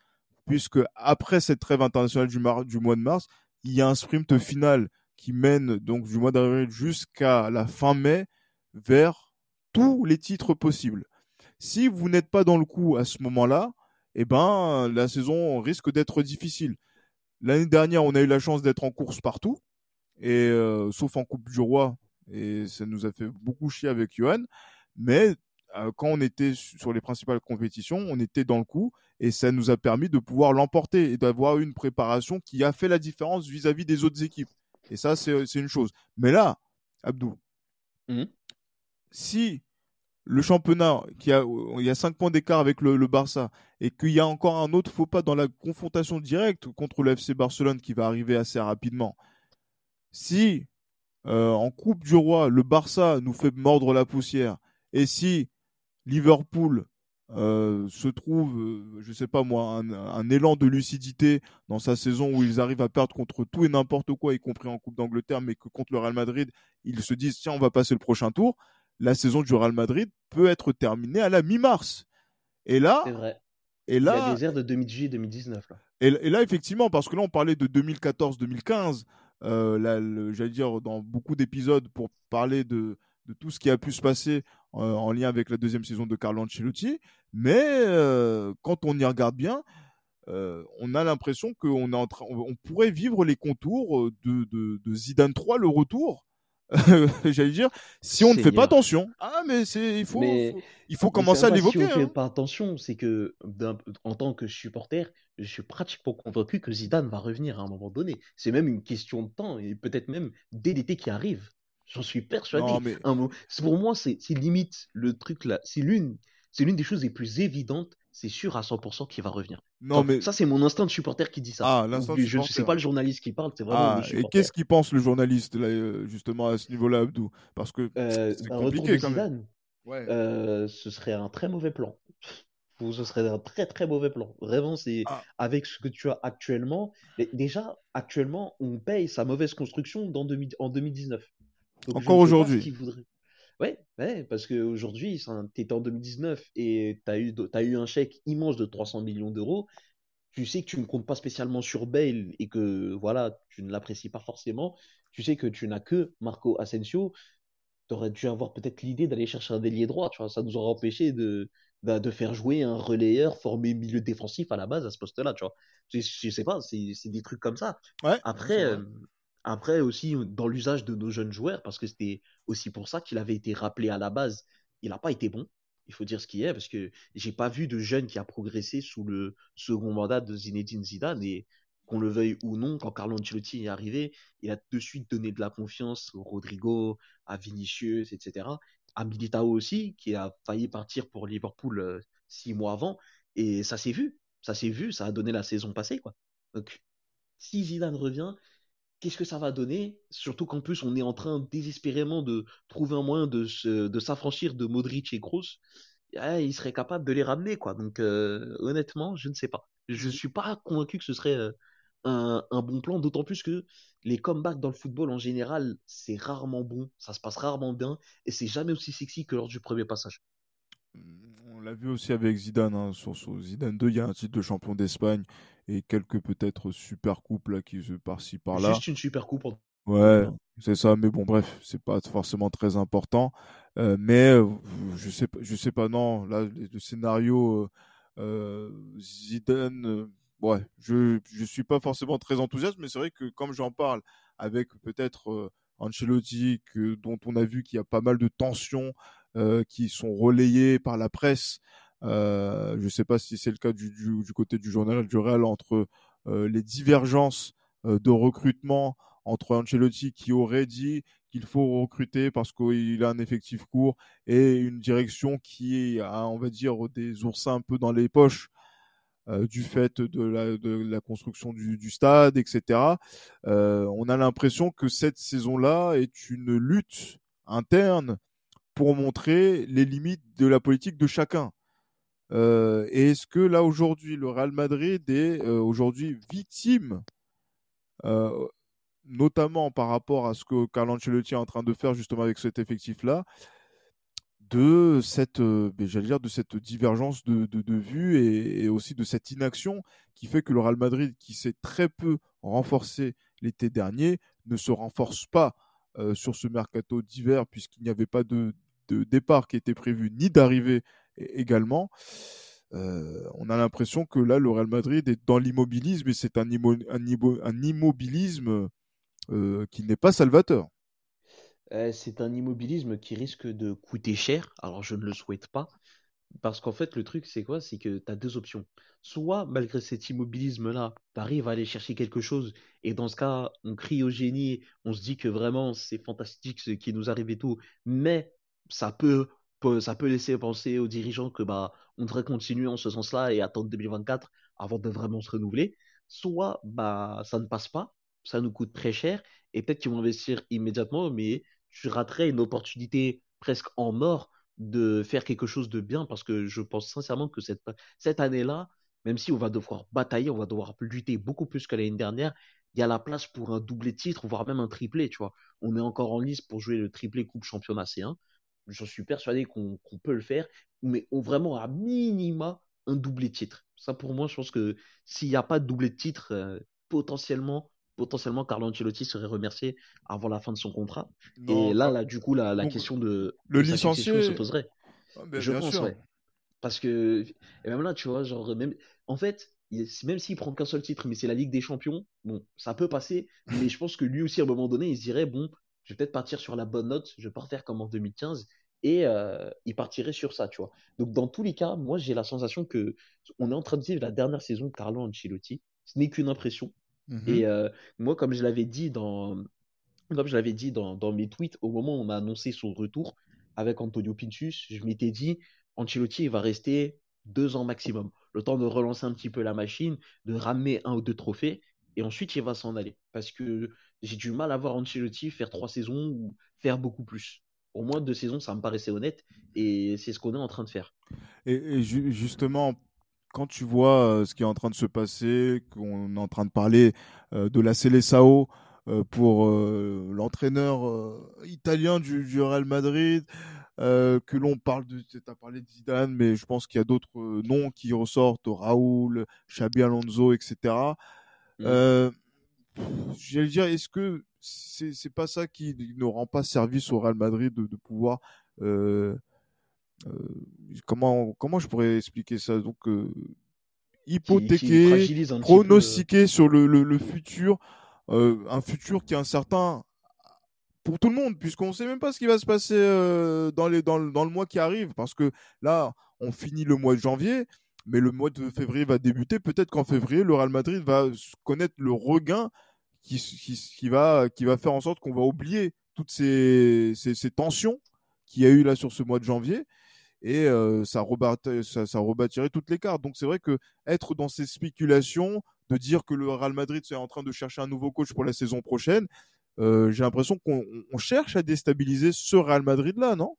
puisque après cette trêve internationale du, mar- du mois de mars, il y a un sprint final qui mène donc du mois d'avril jusqu'à la fin mai vers tous les titres possibles. Si vous n'êtes pas dans le coup à ce moment-là, eh ben, la saison risque d'être difficile. L'année dernière, on a eu la chance d'être en course partout, et euh, sauf en Coupe du Roi, et ça nous a fait beaucoup chier avec Johan. Mais euh, quand on était sur les principales compétitions, on était dans le coup, et ça nous a permis de pouvoir l'emporter et d'avoir une préparation qui a fait la différence vis-à-vis des autres équipes. Et ça, c'est, c'est une chose. Mais là, Abdou, Mhm. si le championnat, qui a, il y a cinq points d'écart avec le, le Barça, et qu'il y a encore un autre faux pas dans la confrontation directe contre le F C Barcelone qui va arriver assez rapidement, si euh, en Coupe du Roi, le Barça nous fait mordre la poussière, et si Liverpool euh, se trouve, euh, je sais pas moi, un, un élan de lucidité dans sa saison où ils arrivent à perdre contre tout et n'importe quoi, y compris en Coupe d'Angleterre, mais que contre le Real Madrid, ils se disent tiens, on va passer le prochain tour, la saison du Real Madrid peut être terminée à la mi-mars. Et C'est là, vrai. et Il y a là, des airs de deux mille dix-huit-deux mille dix-neuf là. et, et là, effectivement, parce que là, on parlait de deux mille quatorze deux mille quinze, euh, là, le- j'allais dire, dans beaucoup d'épisodes pour parler de, de tout ce qui a pu se passer euh, en lien avec la deuxième saison de Carlo Ancelotti. Mais euh, quand on y regarde bien, euh, on a l'impression qu'on est en train, on, on pourrait vivre les contours euh, de, de, de Zidane trois, le retour. J'allais dire, si on ne fait pas Seigneur. attention. Ah, mais c'est, il faut, Mais, faut- il faut mais c'est commencer même à pas si l'évoquer, on fait hein. pas attention, c'est que d'un- en tant que supporter, je suis pratiquement convaincu que Zidane va revenir à un moment donné. C'est même une question de temps et peut-être même dès l'été qui arrive. J'en suis Non, persuadé. mais Un mo- c'est- pour moi, c'est c'est limite le truc là. C'est l'une, c'est l'une des choses les plus évidentes. C'est sûr à cent pour cent qu'il va revenir. non, Genre, mais ça, c'est mon instinct de supporter qui dit ça. ah, l'instant Je ne sais supporter. pas le journaliste qui parle, c'est vraiment le Ah, et qu'est-ce supporter. qu'il pense le journaliste, là, euh, justement, à ce niveau-là, Abdou? Parce que Euh, c'est un retour de compliqué quand même. Zidane, Ouais. euh, ce serait un très mauvais plan. Ou ce serait un très très mauvais plan. Vraiment, c'est Ah, avec ce que tu as actuellement. Mais déjà, actuellement, on paye sa mauvaise construction dans deux mille en deux mille dix-neuf. Donc je encore ne sais pas ce aujourd'hui. qu'il voudrait. Ouais, ouais, parce qu'aujourd'hui, tu étais en deux mille dix-neuf et tu as eu, t'as eu un chèque immense de trois cents millions d'euros. Tu sais que tu ne comptes pas spécialement sur Bale et que voilà, tu ne l'apprécies pas forcément. Tu sais que tu n'as que Marco Asensio. Tu aurais dû avoir peut-être l'idée d'aller chercher un ailier droit, tu vois. Ça nous aurait empêché de, de, de faire jouer un relayeur formé milieu défensif à la base à ce poste-là, tu vois. Je, je sais pas, c'est c'est des trucs comme ça. Ouais, ouais, c'est Après, vrai. euh, après aussi, dans l'usage de nos jeunes joueurs, parce que c'était aussi pour ça qu'il avait été rappelé à la base, il n'a pas été bon. Il faut dire ce qui est, parce que j'ai pas vu de jeune qui a progressé sous le second mandat de Zinedine Zidane. Et qu'on le veuille ou non, quand Carlo Ancelotti est arrivé, il a de suite donné de la confiance au Rodrigo, à Vinicius, et cetera. À Militao aussi, qui a failli partir pour Liverpool euh, six mois avant. Et ça s'est vu. Ça s'est vu, ça a donné la saison passée, quoi. Donc, si Zidane revient, qu'est-ce que ça va donner? Surtout qu'en plus, on est en train désespérément de trouver un moyen de, se, de s'affranchir de Modric et Kroos. Ah, il serait capable de les ramener, quoi. Donc, euh, honnêtement, je ne sais pas. Je ne Z- suis pas convaincu que ce serait euh, un, un bon plan, d'autant plus que les comebacks dans le football en général, c'est rarement bon, ça se passe rarement bien, et c'est jamais aussi sexy que lors du premier passage. On l'a vu aussi avec Zidane, hein, sur, sur Zidane deux, il y a un titre de champion d'Espagne et quelques peut-être super coupes là qui se par-ci par-là. Juste une super coupe en deux mille Ouais, vingt. c'est ça, mais bon, bref, c'est pas forcément très important. Euh, mais euh, je sais pas, je sais pas, non, là, le, le scénario euh, euh, Zidane, euh, ouais, je je suis pas forcément très enthousiaste, mais c'est vrai que comme j'en parle avec peut-être euh, Ancelotti, que, dont on a vu qu'il y a pas mal de tensions euh, qui sont relayées par la presse. Euh, je sais pas si c'est le cas du, du, du côté du journal du Real entre euh, les divergences euh, de recrutement entre Ancelotti qui aurait dit qu'il faut recruter parce qu'il a un effectif court et une direction qui a, on va dire, des oursins un peu dans les poches euh, du fait de la, de la construction du, du stade, et cetera. Euh, on a l'impression que cette saison-là est une lutte interne pour montrer les limites de la politique de chacun. Euh, et est-ce que là aujourd'hui le Real Madrid est euh, aujourd'hui victime euh, notamment par rapport à ce que Carlo Ancelotti est en train de faire justement avec cet effectif-là, de cette, euh, ben, j'allais dire, de cette divergence de, de, de vues et, et aussi de cette inaction qui fait que le Real Madrid, qui s'est très peu renforcé l'été dernier, ne se renforce pas euh, sur ce mercato d'hiver puisqu'il n'y avait pas de, de départ qui était prévu ni d'arrivée é- également. Euh, on a l'impression que là, le Real Madrid est dans l'immobilisme et c'est un, immo- un, immo- un immobilisme euh, qui n'est pas salvateur. Euh, c'est un immobilisme qui risque de coûter cher. Alors, je ne le souhaite pas. Parce qu'en fait, le truc, c'est quoi? C'est que tu as deux options. Soit, malgré cet immobilisme-là, tu arrives à aller chercher quelque chose, et dans ce cas, on crie au génie, on se dit que vraiment, c'est fantastique ce qui nous arrive et tout, mais ça peut, peut- ça peut laisser penser aux dirigeants que bah, on devrait continuer en ce sens-là et attendre deux mille vingt-quatre avant de vraiment se renouveler. Soit, bah, ça ne passe pas, ça nous coûte très cher, et peut-être qu'ils vont investir immédiatement, mais tu raterais une opportunité presque en or de faire quelque chose de bien parce que je pense sincèrement que cette, cette année-là, même si on va devoir batailler, on va devoir lutter beaucoup plus que l'année dernière, il y a la place pour un doublé titre, voire même un triplé, tu vois. On est encore en lice pour jouer le triplé Coupe Championnat C un. Je suis persuadé qu'on qu'on peut le faire, mais on, vraiment à minima un doublé titre. Ça pour moi, je pense que s'il n'y a pas de doublé de titre, euh, potentiellement, potentiellement Carlo Ancelotti serait remercié avant la fin de son contrat. Et Non, là, bah, là, du coup, la, la donc, question de, le de sa succession se licencier, poserait. ah, ben, Je bien pense, sûr. ouais. Parce que, et même là, tu vois, genre, même, en fait, il- même s'il prend qu'un seul titre, mais c'est la Ligue des Champions, bon, ça peut passer, mais je pense que lui aussi, à un moment donné, il se dirait, bon, je vais peut-être partir sur la bonne note, je vais pas refaire comme en deux mille quinze, et euh, il partirait sur ça, tu vois. Donc, dans tous les cas, moi, j'ai la sensation que on est en train de vivre la dernière saison de Carlo Ancelotti. Ce n'est qu'une impression. Mhm. Et euh, moi, comme je l'avais dit dans, comme je l'avais dit dans, dans mes tweets, au moment où on a annoncé son retour avec Antonio Pintus, je m'étais dit, Ancelotti il va rester deux ans maximum. Le temps de relancer un petit peu la machine, de ramener un ou deux trophées, et ensuite il va s'en aller. Parce que j'ai du mal à voir Ancelotti faire trois saisons ou faire beaucoup plus. Au moins deux saisons, ça me paraissait honnête, et c'est ce qu'on est en train de faire. Et, et ju- justement, quand tu vois euh, ce qui est en train de se passer, qu'on est en train de parler euh, de la Seleção euh, pour euh, l'entraîneur euh, italien du, du Real Madrid, euh, que l'on parle de, tu as parlé de Zidane, mais je pense qu'il y a d'autres euh, noms qui ressortent, Raoul, Xabi Alonso, et cetera. Mm. Euh, J'allais dire, est-ce que c'est c'est pas ça qui ne rend pas service au Real Madrid de, de pouvoir euh, euh, comment comment je pourrais expliquer ça? Donc euh, Qui, qui hypothéquer, fragilise un petit peu. euh, pronostiquer sur le, le, le futur, euh, un futur qui est incertain pour tout le monde, puisqu'on ne sait même pas ce qui va se passer euh, dans, les, dans, le, dans le mois qui arrive, parce que là, on finit le mois de janvier, mais le mois de février va débuter. Peut-être qu'en février, le Real Madrid va connaître le regain qui, qui, qui va, qui va faire en sorte qu'on va oublier toutes ces, ces, ces tensions qu'il y a eu là sur ce mois de janvier et euh, ça, rebat, ça, ça rebâtirait toutes les cartes. Donc c'est vrai que être dans ces spéculations, de dire que le Real Madrid est en train de chercher un nouveau coach pour la saison prochaine, euh, j'ai l'impression qu'on on cherche à déstabiliser ce Real Madrid-là, non?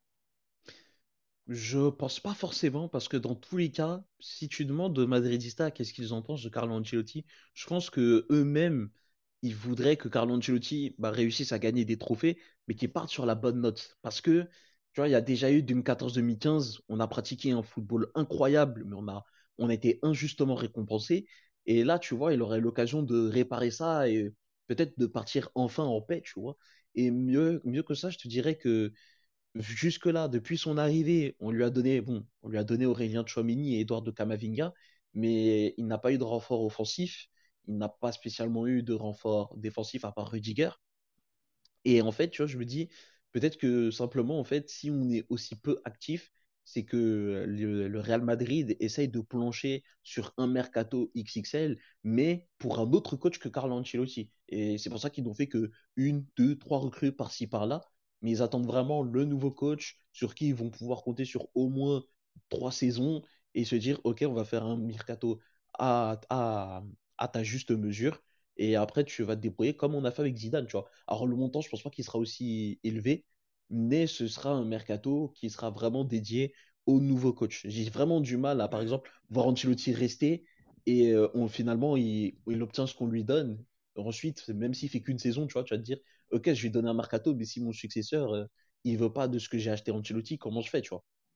Je pense pas forcément, parce que dans tous les cas, si tu demandes aux Madridistas qu'est-ce qu'ils en pensent de Carlo Ancelotti, je pense que eux-mêmes, ils voudraient que Carlo Ancelotti bah, réussisse à gagner des trophées, mais qu'il parte sur la bonne note. Parce que, tu vois, il y a déjà eu deux mille quatorze-deux mille quinze, on a pratiqué un football incroyable, mais on a, on a été injustement récompensé. Et là, tu vois, il aurait l'occasion de réparer ça et peut-être de partir enfin en paix, tu vois. Et mieux, mieux que ça, je te dirais que jusque-là, depuis son arrivée, on lui a donné, bon, on lui a donné Aurélien Tchouameni et Eduardo Camavinga, mais il n'a pas eu de renfort offensif. Il n'a pas spécialement eu de renfort défensif à part Rudiger. Et en fait, tu vois, je me dis, peut-être que simplement, en fait, si on est aussi peu actif, c'est que le, le Real Madrid essaye de plancher sur un mercato X X L, mais pour un autre coach que Carlo Ancelotti. Et c'est pour ça qu'ils n'ont fait que une, deux, trois recrues par-ci, par-là. Mais ils attendent vraiment le nouveau coach sur qui ils vont pouvoir compter sur au moins trois saisons et se dire, OK, on va faire un mercato à, à, à ta juste mesure. Et après, tu vas te débrouiller comme on a fait avec Zidane, tu vois. Alors, le montant, je pense pas qu'il sera aussi élevé, mais ce sera un mercato qui sera vraiment dédié au nouveau coach. J'ai vraiment du mal à, par Mais, exemple, voir Ancelotti rester et euh, on, finalement, il, il obtient ce qu'on lui donne. Ensuite, même s'il fait qu'une saison, tu vois, tu vas te dire, OK, je vais donner un mercato, mais si mon successeur, euh, il veut pas de ce que j'ai acheté Ancelotti, comment je fais, tu vois.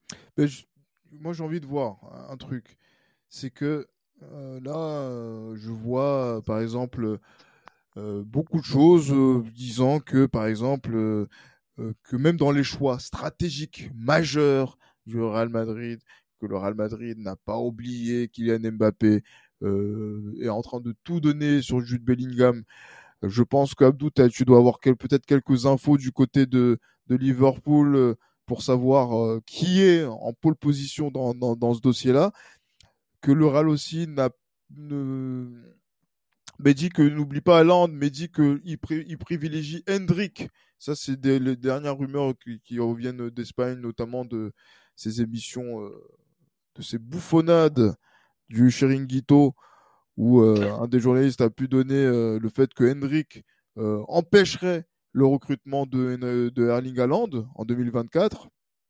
Mais je- Moi, j'ai envie de voir un un truc. C'est que euh, là, euh, je vois, euh, par exemple, euh, beaucoup de choses euh, disant que, par exemple, euh, euh, que même dans les choix stratégiques majeurs du Real Madrid, que le Real Madrid n'a pas oublié Kylian Mbappé, euh, est en train de tout donner sur Jude Bellingham. Je pense qu'Abdou, t'as- tu dois avoir quel- peut-être quelques infos du côté de, de Liverpool euh, pour savoir euh, qui est en pole position dans, dans, dans ce dossier-là. Que le Real aussi n'a ne, mais dit que n'oublie pas Haaland, mais dit qu'il pri- il privilégie Hendrik. Ça, c'est des, les dernières rumeurs qui, qui reviennent d'Espagne, notamment de ces émissions, euh, de ces bouffonnades du Chiringuito, où euh, un des journalistes a pu donner euh, le fait que Hendrik euh, empêcherait le recrutement de, de Erling Haaland en deux mille vingt-quatre.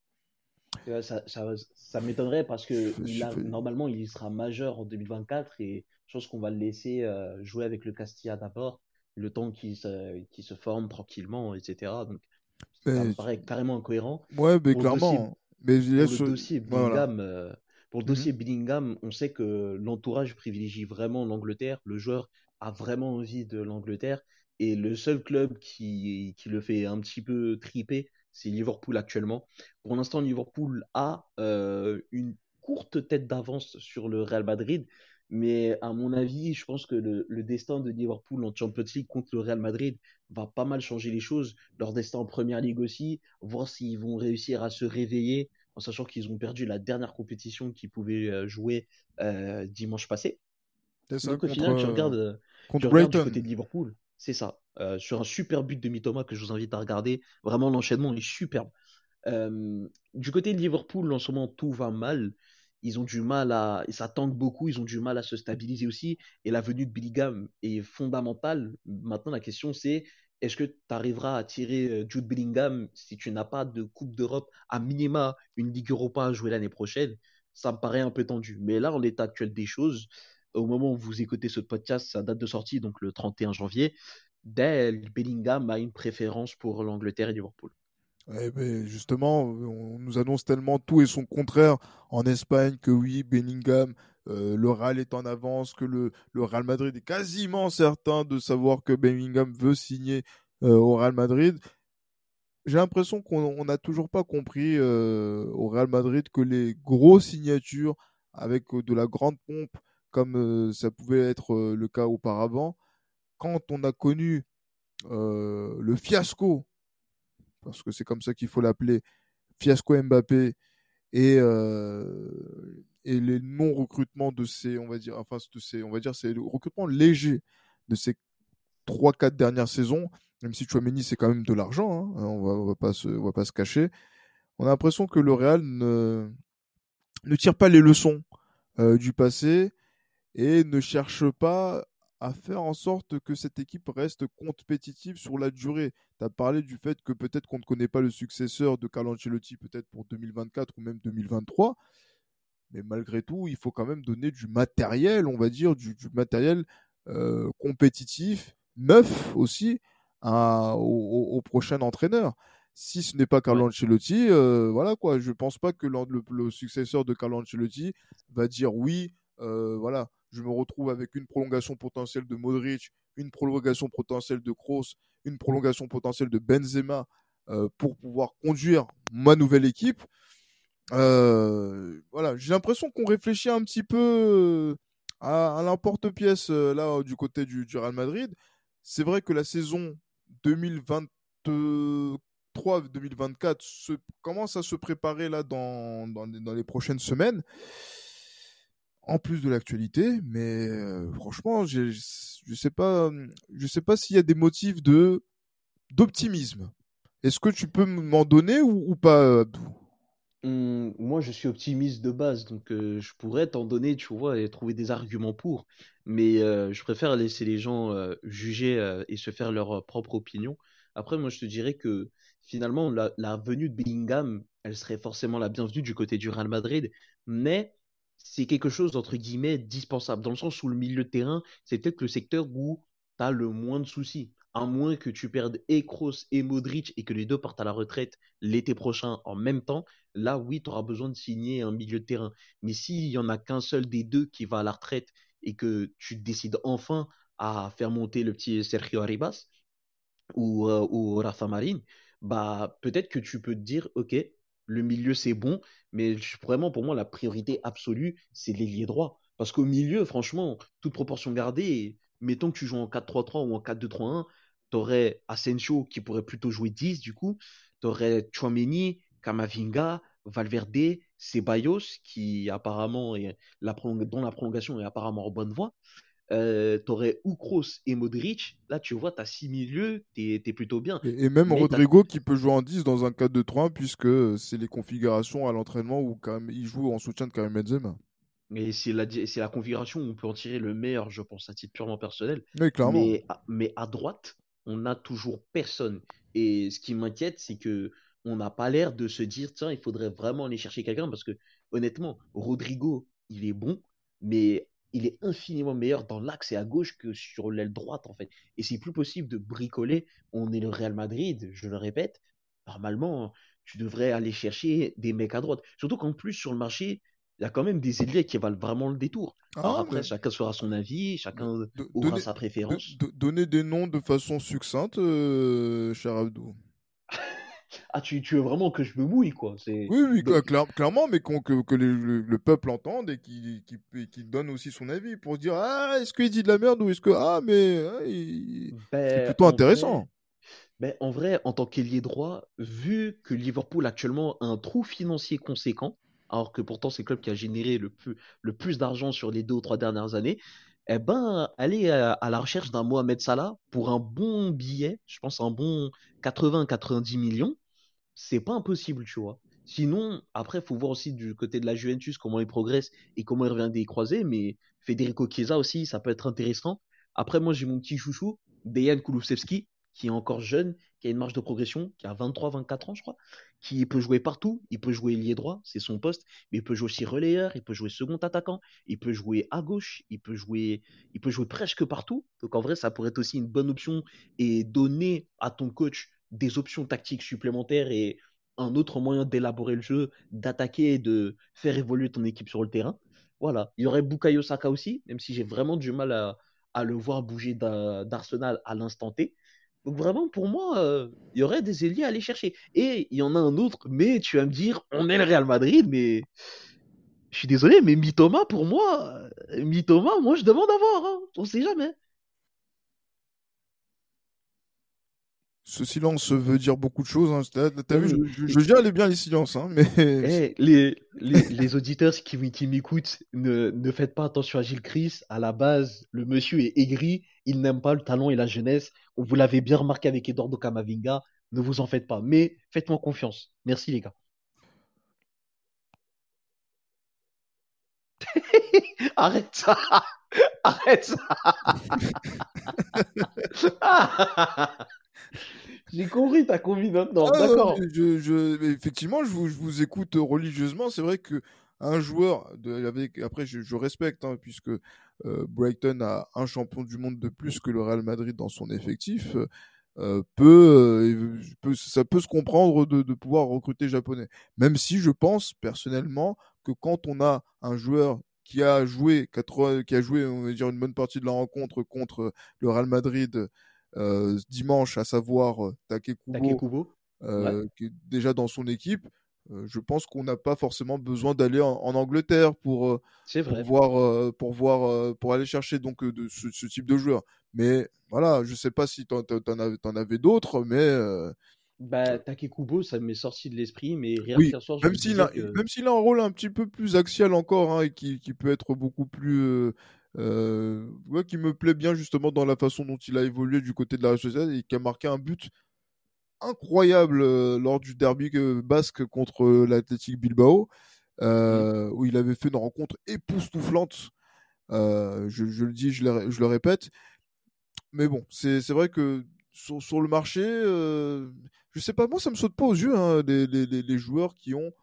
Euh, Ça, ça, ça m'étonnerait parce que Je il suis a, fait- normalement, il sera majeur en deux mille vingt-quatre et je pense qu'on va le laisser euh, jouer avec le Castilla d'abord, le temps qu'il se, qu'il se forme tranquillement, et cetera. Donc, ça me mais, paraît carrément incohérent. ouais, mais Pour le dossier, clairement. Mais je pour laisse. le dossier Voilà. Bellingham, euh, pour le Mhm. dossier Bellingham, on sait que l'entourage privilégie vraiment l'Angleterre. Le joueur a vraiment envie de l'Angleterre. Et le seul club qui, qui le fait un petit peu triper, c'est Liverpool actuellement. Pour l'instant, Liverpool a euh, une courte tête d'avance sur le Real Madrid. Mais à mon avis, je pense que le, le destin de Liverpool en Champions League contre le Real Madrid va pas mal changer les choses. Leur destin en Première Ligue aussi, voir s'ils vont réussir à se réveiller en sachant qu'ils ont perdu la dernière compétition qu'ils pouvaient euh, jouer euh, dimanche passé. C'est ça Donc au contre, final, tu euh, regardes, euh, tu contre regardes du Brighton. côté de Liverpool, c'est ça. Euh, sur un super but de Mitoma que je vous invite à regarder. Vraiment, l'enchaînement est superbe. Euh, du côté de Liverpool, en ce moment, tout va mal. Ils ont du mal à. Ça tangue beaucoup, ils ont du mal à se stabiliser aussi. Et la venue de Bellingham est fondamentale. Maintenant, la question, c'est est-ce que tu arriveras à tirer euh, Jude Bellingham si tu n'as pas de Coupe d'Europe, à minima une Ligue Europa à jouer l'année prochaine? Ça me paraît un peu tendu. Mais là, en l'état actuel des choses, au moment où vous écoutez ce podcast, sa date de sortie, donc le trente et un janvier, Dale Bellingham a une préférence pour l'Angleterre et Liverpool. Eh ben, justement, on nous annonce tellement tout et son contraire en Espagne que oui, Bellingham, euh, le Real est en avance, que le, le Real Madrid est quasiment certain de savoir que Bellingham veut signer euh, au Real Madrid. J'ai l'impression qu'on n'a toujours pas compris euh, au Real Madrid que les grosses signatures avec euh, de la grande pompe, comme euh, ça pouvait être euh, le cas auparavant, quand on a connu euh, le fiasco, parce que c'est comme ça qu'il faut l'appeler, fiasco Mbappé et, euh, et les non-recrutements de ces, on va dire, enfin, de ces, on va dire, c'est le recrutement léger de ces trois quatre dernières saisons, même si Chouameni, c'est quand même de l'argent, hein, on va, on va pas se, on va pas se cacher. On a l'impression que le Real ne, ne tire pas les leçons euh, du passé et ne cherche pas à faire en sorte que cette équipe reste compétitive sur la durée. Tu as parlé du fait que peut-être qu'on ne connaît pas le successeur de Carlo Ancelotti, peut-être pour deux mille vingt-quatre ou même deux mille vingt-trois, mais malgré tout, il faut quand même donner du matériel, on va dire, du, du matériel euh, compétitif, neuf aussi, à, au, au, au prochain entraîneur. Si ce n'est pas Ouais. Carlo Ancelotti, euh, voilà quoi, je pense pas que le, le, le successeur de Carlo Ancelotti va dire oui, euh, voilà, je me retrouve avec une prolongation potentielle de Modric, une prolongation potentielle de Kroos, une prolongation potentielle de Benzema euh, pour pouvoir conduire ma nouvelle équipe. Euh, voilà, j'ai l'impression qu'on réfléchit un petit peu euh, à, à l'emporte-pièce euh, là du côté du, du Real Madrid. C'est vrai que la saison deux mille vingt-trois-deux mille vingt-quatre se, commence à se préparer là dans, dans, dans les prochaines semaines, en plus de l'actualité. Mais euh, franchement, j'ai- je sais pas, je sais pas s'il y a des motifs de d'optimisme. Est-ce que tu peux m'en donner ou, ou pas, Abdou? Hum, moi, je suis optimiste de base, donc euh, je pourrais t'en donner, tu vois, et trouver des arguments pour. Mais euh, je préfère laisser les gens euh, juger euh, et se faire leur euh, propre opinion. Après, moi, je te dirais que finalement, la, la venue de Bellingham, elle serait forcément la bienvenue du côté du Real Madrid, mais c'est quelque chose d'entre guillemets dispensable, dans le sens où le milieu de terrain, c'est peut-être le secteur où tu as le moins de soucis. à moins que tu perdes et Kroos et Modric et que les deux partent à la retraite l'été prochain en même temps, là oui, tu auras besoin de signer un milieu de terrain. Mais s'il y en a qu'un seul des deux qui va à la retraite et que tu décides enfin à faire monter le petit Sergio Arribas ou, euh, ou Rafa Marin, bah peut-être que tu peux te dire, ok, le milieu c'est bon, mais je- vraiment pour moi la priorité absolue c'est l'ailier droit. Parce qu'au milieu, franchement, toute proportion gardée, mettons que tu joues en quatre trois trois ou en quatre deux trois un, t'aurais Asensio qui pourrait plutôt jouer dix du coup, t'aurais Chouameni, Kamavinga, Valverde, Ceballos qui apparemment est la prolong- dont la prolongation est apparemment en bonne voie. Euh, t'aurais ou Kroos et Modric. Là, tu vois, t'as six milieux, t'es, t'es plutôt bien. Et, et même Mais t'as, Rodrigo qui peut jouer en dix dans un quatre deux trois puisque euh, c'est les configurations à l'entraînement où quand même, il joue en soutien de Karim Benzema. et c'est la, di- c'est la configuration où on peut en tirer le meilleur, je pense, à titre purement personnel. Oui, clairement. Mais, à- mais à droite, on n'a toujours personne. Et ce qui m'inquiète, c'est que on n'a pas l'air de se dire, tiens, il faudrait vraiment aller chercher quelqu'un parce que, honnêtement, Rodrigo, il est bon, mais il est infiniment meilleur dans l'axe et à gauche que sur l'aile droite, en fait. Et c'est plus possible de bricoler. On est le Real Madrid, je le répète. Normalement, tu devrais aller chercher des mecs à droite. Surtout qu'en plus, sur le marché, il y a quand même des ailiers qui valent vraiment le détour. Alors Ah, après, mais, chacun fera son avis, mais chacun do- aura donner, sa do- préférence. do- donner des noms de façon succincte, euh, cher Abdou. Ah, tu, tu veux vraiment que je me mouille, quoi. C'est... Oui, oui, cla- Donc, cla- clairement, mais qu'on- que, que les- le, le peuple entende et qu'il qu'il- qu'il donne aussi son avis pour se dire ah, est-ce qu'il dit de la merde ou est-ce que ah, mais ah, il- c'est ben, plutôt en vrai, intéressant. ben, en vrai, en tant qu'ailier droit, vu que Liverpool actuellement a un trou financier conséquent, alors que pourtant c'est le club qui a généré le plus, le plus d'argent sur les deux ou trois dernières années, eh ben, aller à, à la recherche d'un Mohamed Salah pour un bon billet, je pense un bon quatre-vingts à quatre-vingt-dix millions, c'est pas impossible, tu vois. Sinon, après, il faut voir aussi du côté de la Juventus comment il progresse et comment il revient des croisés. Mais Federico Chiesa aussi, ça peut être intéressant. Après, moi, j'ai mon petit chouchou, Dejan Kulusevski, qui est encore jeune, qui a une marge de progression, qui a vingt-trois, vingt-quatre ans, je crois, qui peut jouer partout. Il peut jouer ailier droit, c'est son poste, mais il peut jouer aussi relayeur, il peut jouer second attaquant, il peut jouer à gauche, il peut jouer, il peut jouer presque partout. Donc en vrai, ça pourrait être aussi une bonne option et donner à ton coach des options tactiques supplémentaires et un autre moyen d'élaborer le jeu, d'attaquer et de faire évoluer ton équipe sur le terrain. Voilà. Il y aurait Bukayo Saka aussi, même si j'ai vraiment du mal à, à le voir bouger d'Arsenal à l'instant T. Donc vraiment, pour moi, euh, il y aurait des ailiers à aller chercher. Et il y en a un autre, mais tu vas me dire, on est le Real Madrid, mais je suis désolé, mais Mitoma, pour moi, euh, Mitoma, moi, je demande à voir. Hein. On sait jamais. Ce silence veut dire beaucoup de choses. Hein. T'as t'as Non, vu, je, mais je, je gère les bien les silences, hein, mais eh, les, les, les auditeurs qui, qui m'écoutent, ne, ne faites pas attention à Gilles Christ. À la base, le monsieur est aigri, il n'aime pas le talent et la jeunesse. On vous l'avez bien remarqué avec Eduardo Camavinga. Ne vous en faites pas. Mais faites-moi confiance. Merci, les gars. Arrête ça. Arrête ça. J'ai compris, t'as compris maintenant. ah, non, D'accord. mais je, je- mais effectivement, je vous, je vous écoute religieusement. C'est vrai que un joueur, de, avec, après, je, je respecte, hein, puisque euh, Brighton a un champion du monde de plus que le Real Madrid dans son effectif, euh, peut, euh, peut- ça peut se comprendre de, de pouvoir recruter japonais. Même si je pense personnellement que quand on a un joueur qui a joué, quatre- qui a joué, on va dire, une bonne partie de la rencontre contre le Real Madrid euh, dimanche, à savoir euh, Takekubo, Takekubo. Ouais, euh, qui est déjà dans son équipe, euh, je pense qu'on n'a pas forcément besoin d'aller en, en Angleterre pour, euh, c'est pour vrai. voir, euh, pour voir, euh, pour aller chercher donc euh, de ce, ce type de joueur. Mais voilà, je sais pas si t'en, t'en, t'en avais, t'en avais d'autres, mais euh, Bah, Takekubo, ça m'est sorti de l'esprit, mais rien oui, qu'hier soir, je même me s'il a, disais que. même s'il a un rôle un petit peu plus axial encore, hein, et qui, qui peut être beaucoup plus, euh, euh, ouais, qui me plaît bien justement dans la façon dont il a évolué du côté de la Real Sociedad et qui a marqué un but incroyable euh, lors du derby euh, basque contre euh, l'Athletic Bilbao, Hmm. euh, où il avait fait une rencontre époustouflante. Euh, je, je le dis, je le, je le répète. Mais bon, c'est c'est vrai que sur, sur le marché, euh, je sais pas, moi ça me saute pas aux yeux, hein, les, les, les- les joueurs qui ont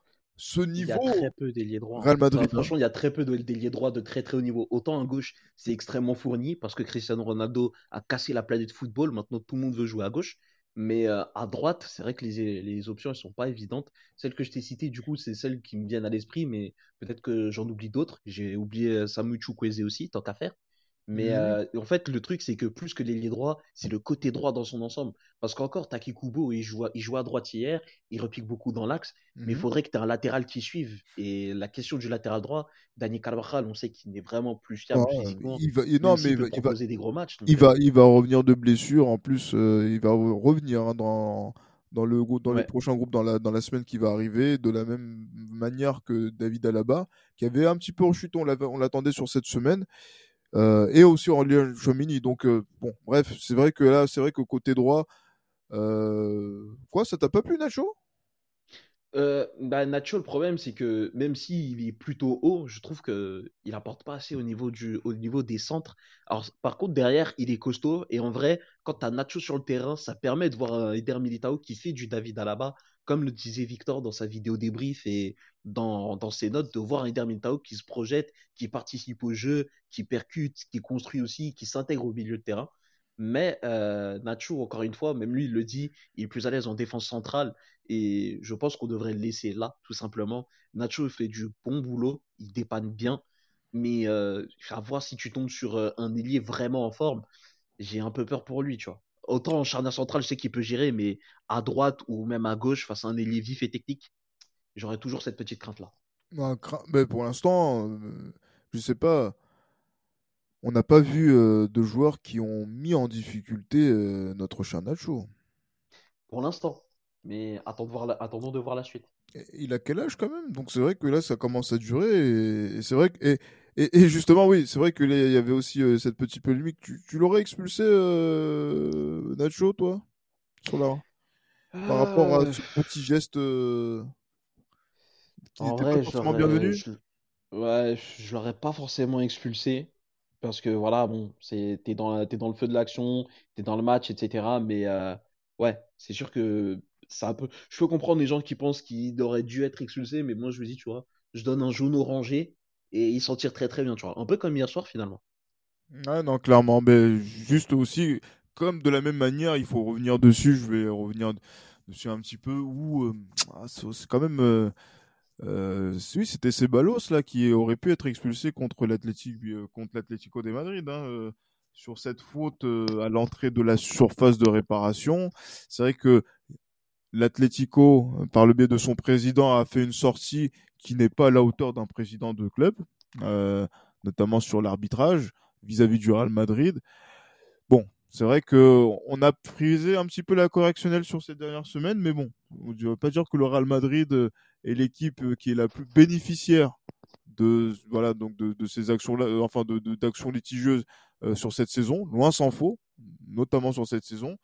ce Il y a très niveau, peu d'ailier droit, hein. Real Enfin, Madrid, hein. franchement, il y a très peu de- d'ailier droit de très très haut niveau. Autant à gauche, c'est extrêmement fourni parce que Cristiano Ronaldo a cassé la planète football. Maintenant, tout le monde veut jouer à gauche. Mais euh, à droite, c'est vrai que les, les options ne sont pas évidentes. Celles que je t'ai citées, du coup, c'est celles qui me viennent à l'esprit, mais peut-être que j'en oublie d'autres. J'ai oublié euh, Samu Chukwueze aussi, tant qu'à faire. Mais Mhm. euh, en fait, le truc, c'est que plus que l'ailier droit, c'est le côté droit dans son ensemble. Parce qu'encore, Taki Kubo, il joue, à- il joue à droite hier, il repique beaucoup dans l'axe, mais il Mhm. faudrait que tu aies un latéral qui suive. Et la question du latéral droit, Dani Carvajal, on sait qu'il n'est vraiment plus Ouais, fiable physiquement, il va, il- non, même mais s'il il va, peut il va, proposer des gros matchs. il Donc, va, euh, il va revenir de blessure. En plus, euh, il va re- revenir hein, dans, dans le, grou- dans le ouais. prochain groupe dans la, dans la semaine qui va arriver, de la même manière que David Alaba, qui avait un petit peu rechuté, on l'avait- on l'attendait sur cette semaine, euh, et aussi Aurélien Tchouameni. Donc, euh, bon, bref, c'est vrai que là, c'est vrai qu'au côté droit, euh, quoi, ça t'a pas plu, Nacho? Euh, bah, Nacho, le problème, c'est que même s'il est plutôt haut, je trouve que il apporte pas assez au niveau du, au niveau des centres. Alors, par contre, derrière, il est costaud. Et en vrai, quand tu as Nacho sur le terrain, ça permet de voir un Eder Militao qui fait du David Alaba, comme le disait Victor dans sa vidéo débrief et dans, dans ses notes, de voir un Eder Militao qui se projette, qui participe au jeu, qui percute, qui construit aussi, qui s'intègre au milieu de terrain. Mais euh, Nacho, encore une fois, même lui, il le dit, il est plus à l'aise en défense centrale. Et je pense qu'on devrait le laisser là, tout simplement. Nacho fait du bon boulot, il dépanne bien. Mais euh, à voir si tu tombes sur euh, un ailier vraiment en forme, j'ai un peu peur pour lui, tu vois. Autant en charnière centrale, je sais qu'il peut gérer, mais à droite ou même à gauche, face à un ailier vif et technique, j'aurais toujours cette petite crainte-là. Ben, cra- ben, pour l'instant, euh, je sais pas. On n'a pas vu euh, de joueurs qui ont mis en difficulté euh, notre cher Nacho. Pour l'instant. Mais attendons de voir la, attendons de voir la suite. Et il a quel âge quand même? Donc c'est vrai que là, ça commence à durer. Et, et c'est vrai que, et, et- et justement, oui, c'est vrai que là, il y avait aussi euh, cette petite polémique. Tu, tu l'aurais expulsé, euh, Nacho, toi, sur la, par rapport à Euh, ce petit geste euh, qui En n'était pas vrai, je forcément l'aurais, bienvenu? je, ouais, je l'aurais pas forcément expulsé parce que voilà, bon, c'est t'es dans la- t'es dans le feu de l'action, t'es dans le match, et cetera. Mais euh, ouais, c'est sûr que ça un peu. Je peux comprendre les gens qui pensent qu'il aurait dû être expulsé, mais moi je me dis, tu vois, je donne un jaune orangé et il s'en tire très très bien, tu vois, un peu comme hier soir finalement. Ouais, non, clairement. Mais juste aussi, comme de la même manière, il faut revenir dessus. Je vais revenir dessus un petit peu. Où euh, ah, c'est c'est quand même. euh, Euh, oui, c'était Ceballos là qui aurait pu être expulsé contre l'Atlético euh, contre l'Atlético de Madrid hein, euh, sur cette faute euh, à l'entrée de la surface de réparation. C'est vrai que l'Atlético, euh, par le biais de son président, a fait une sortie qui n'est pas à la hauteur d'un président de club, euh, notamment sur l'arbitrage vis-à-vis du Real Madrid. Bon, c'est vrai que on a prisé un petit peu la correctionnelle sur ces dernières semaines, mais bon, je ne veux pas dire que le Real Madrid euh, est l'équipe euh, qui est la plus bénéficiaire de voilà donc de, de ces actions-là, euh, enfin de de- d'actions litigieuses euh, sur cette saison. Loin s'en faut, notamment sur cette saison.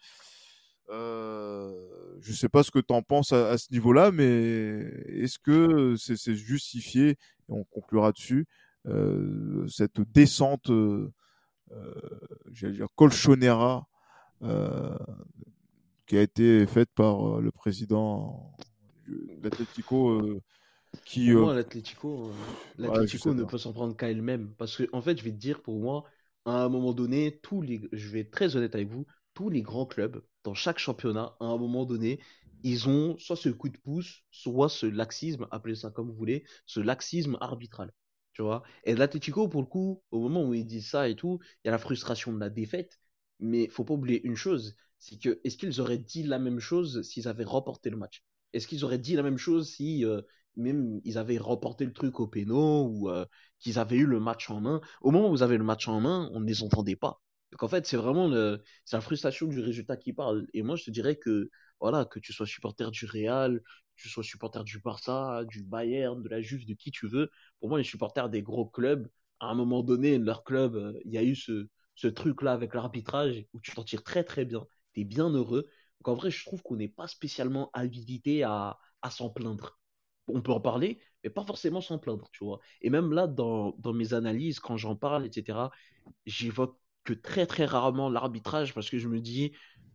Euh, je sais pas ce que tu en penses à, à ce niveau-là, mais est-ce que c'est c'est justifié, et on conclura dessus, euh, cette descente euh, euh, j'allais dire Colchonera, euh, qui a été faite par euh, le président de l'Atlético, euh, qui, Pour euh, moi, l'Atlético, euh, ouais, je sais l'Atlético ne pas. peut s'en prendre qu'à elle-même. Parce que, en fait, je vais te dire, pour moi, à un moment donné, tous les, je vais être très honnête avec vous, tous les grands clubs, dans chaque championnat, à un moment donné, ils ont soit ce coup de pouce, soit ce laxisme, appelez ça comme vous voulez, ce laxisme arbitral. Tu vois? Et l'Atlético, pour le coup, au moment où ils disent ça et tout, il y a la frustration de la défaite. Mais faut pas oublier une chose, c'est que, est-ce qu'ils auraient dit la même chose s'ils avaient remporté le match? Est-ce qu'ils auraient dit la même chose si, euh, même ils avaient remporté le truc au péno ou euh, qu'ils avaient eu le match en main. Au moment où vous avez le match en main, on ne les entendait pas. Donc en fait, c'est vraiment le, c'est la frustration du résultat qui parle. Et moi, je te dirais que voilà, que tu sois supporter du Real, que tu sois supporter du Barça, du Bayern, de la Juve, de qui tu veux. Pour moi, les supporters des gros clubs, à un moment donné, leur club, euh, il y a eu ce, ce truc-là avec l'arbitrage où tu t'en tires très très bien, tu es bien heureux. Donc en vrai, je trouve qu'on n'est pas spécialement habilité à, à s'en plaindre. On peut en parler, mais pas forcément s'en plaindre, tu vois. Et même là, dans, dans mes analyses, quand j'en parle, et cetera, j'évoque que très très rarement l'arbitrage parce que je me dis,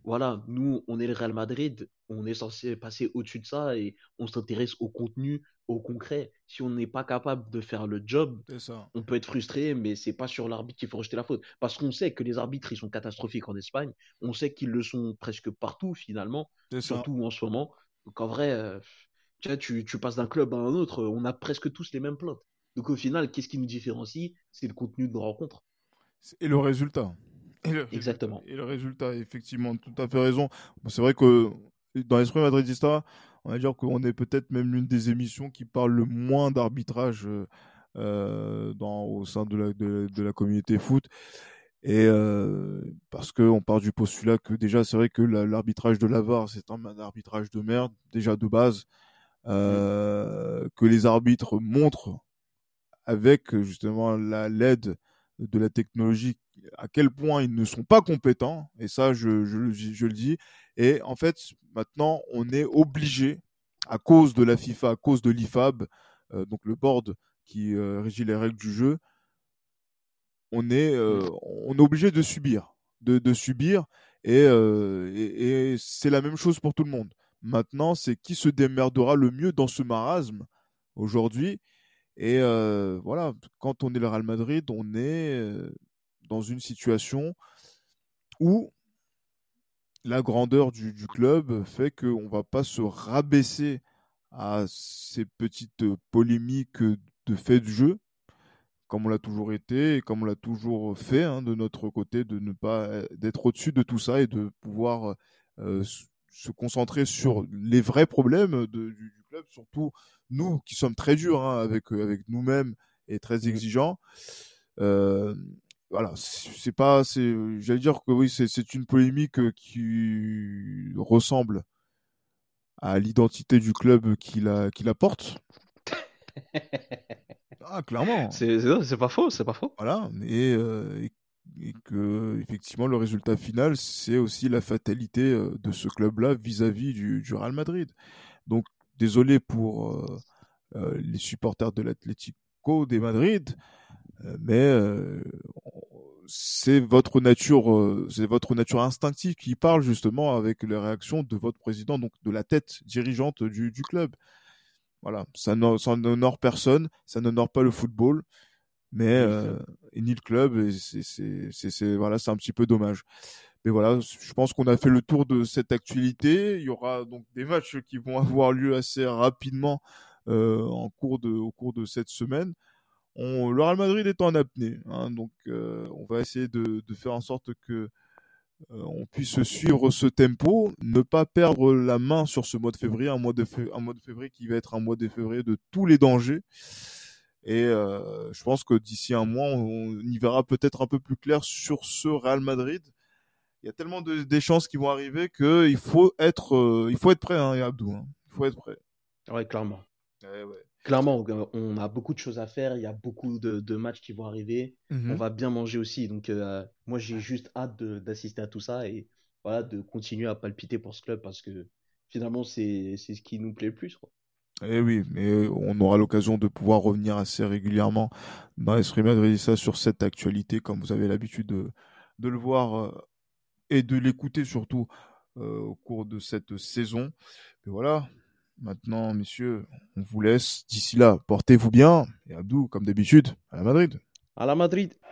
voilà, nous, on est le Real Madrid, on est censé passer au-dessus de ça et on s'intéresse au contenu, au concret. Si on n'est pas capable de faire le job, C'est ça. on peut être frustré, mais c'est pas sur l'arbitre qu'il faut rejeter la faute. Parce qu'on sait que les arbitres, ils sont catastrophiques en Espagne. On sait qu'ils le sont presque partout, finalement, C'est ça. surtout en ce moment. Donc en vrai, euh, tu, vois, tu, tu passes d'un club à un autre, on a presque tous les mêmes plaintes. Donc au final, qu'est-ce qui nous différencie? C'est le contenu de nos rencontres. Et le résultat. Et le résultat. Exactement. Et le résultat, effectivement, tout à fait raison. Bon, c'est vrai que dans l'esprit madridista, on va dire qu'on est peut-être même l'une des émissions qui parle le moins d'arbitrage euh, euh, dans, au sein de la, de, de la communauté foot. Et euh, parce qu'on part du postulat que déjà, c'est vrai que la- l'arbitrage de la V A R, c'est un arbitrage de merde, déjà de base, Mm. euh, que les arbitres montrent avec justement la l'aide de la technologie à quel point ils ne sont pas compétents, et ça je, je, je le dis, et en fait maintenant on est obligé, à cause de la FIFA, à cause de l'I F A B, euh, donc le board qui euh, régit les règles du jeu, on est, Mm. euh, on est obligé de subir, de, de subir, et, euh, et, et c'est la même chose pour tout le monde. Maintenant, c'est qui se démerdera le mieux dans ce marasme aujourd'hui. Et euh, voilà, quand on est le Real Madrid, on est euh, dans une situation où la grandeur du, du club fait qu'on ne va pas se rabaisser à ces petites euh, polémiques de fait du jeu, comme on l'a toujours été et comme on l'a toujours fait hein, de notre côté, de ne pas euh, d'être au-dessus de tout ça et de pouvoir euh, s- se concentrer sur les vrais problèmes de- du, du club, surtout nous qui sommes très durs hein, avec, euh, avec nous-mêmes et très Mm. exigeants. Euh, voilà, c'est pas, c'est, j'allais dire que oui, c'est c'est une polémique euh, qui ressemble à l'identité du club qui la, qui la porte. Ah, clairement. C'est c'est- c'est pas faux, c'est pas faux. Voilà, et, euh, et, et que effectivement le résultat final, c'est aussi la fatalité euh, de ce club-là vis-à-vis du, du Real Madrid. Donc désolé pour euh, euh, les supporters de l'Atlético de Madrid, euh, mais euh, c'est votre nature, euh, c'est votre nature instinctive qui parle justement avec les réactions de votre président, donc de la tête dirigeante du, du club. Voilà, ça n'honore ça n'honore personne, ça n'honore pas le football, mais Ni le euh, club. et ni le club, et c'est c'est c'est c'est- voilà, c'est un petit peu dommage. Mais voilà, je pense qu'on a fait le tour de cette actualité. Il y aura donc des matchs qui vont avoir lieu assez rapidement euh, en cours de au cours de cette semaine. On, le Real Madrid est en apnée, hein, donc euh, on va essayer de, de faire en sorte que euh, on puisse suivre ce tempo, ne pas perdre la main sur ce mois de février, un mois de, fév- un mois de février qui va être un mois de février de tous les dangers. Et euh, je pense que d'ici un mois, on, y verra peut-être un peu plus clair sur ce Real Madrid. Il y a tellement de, des chances qui vont arriver qu'il faut être, euh, il faut être prêt, hein, Abdou. Hein. Il faut être prêt. Ouais, clairement. Eh ouais. Clairement, on on a beaucoup de choses à faire. Il y a beaucoup de, de matchs qui vont arriver. On Mhm. va bien manger aussi. Donc, euh, moi, j'ai juste hâte de- d'assister à tout ça et voilà, de continuer à palpiter pour ce club parce que finalement, c'est c'est ce qui nous plaît le plus, quoi. Eh oui, mais on aura l'occasion de pouvoir revenir assez régulièrement dans l'Esprit Madridista sur cette actualité, comme vous avez l'habitude de, de le voir euh, et de l'écouter surtout euh, au cours de cette saison. Et voilà, maintenant, messieurs, on vous laisse. D'ici là, portez-vous bien. Et Abdou, comme d'habitude, à la Madrid. À la Madrid!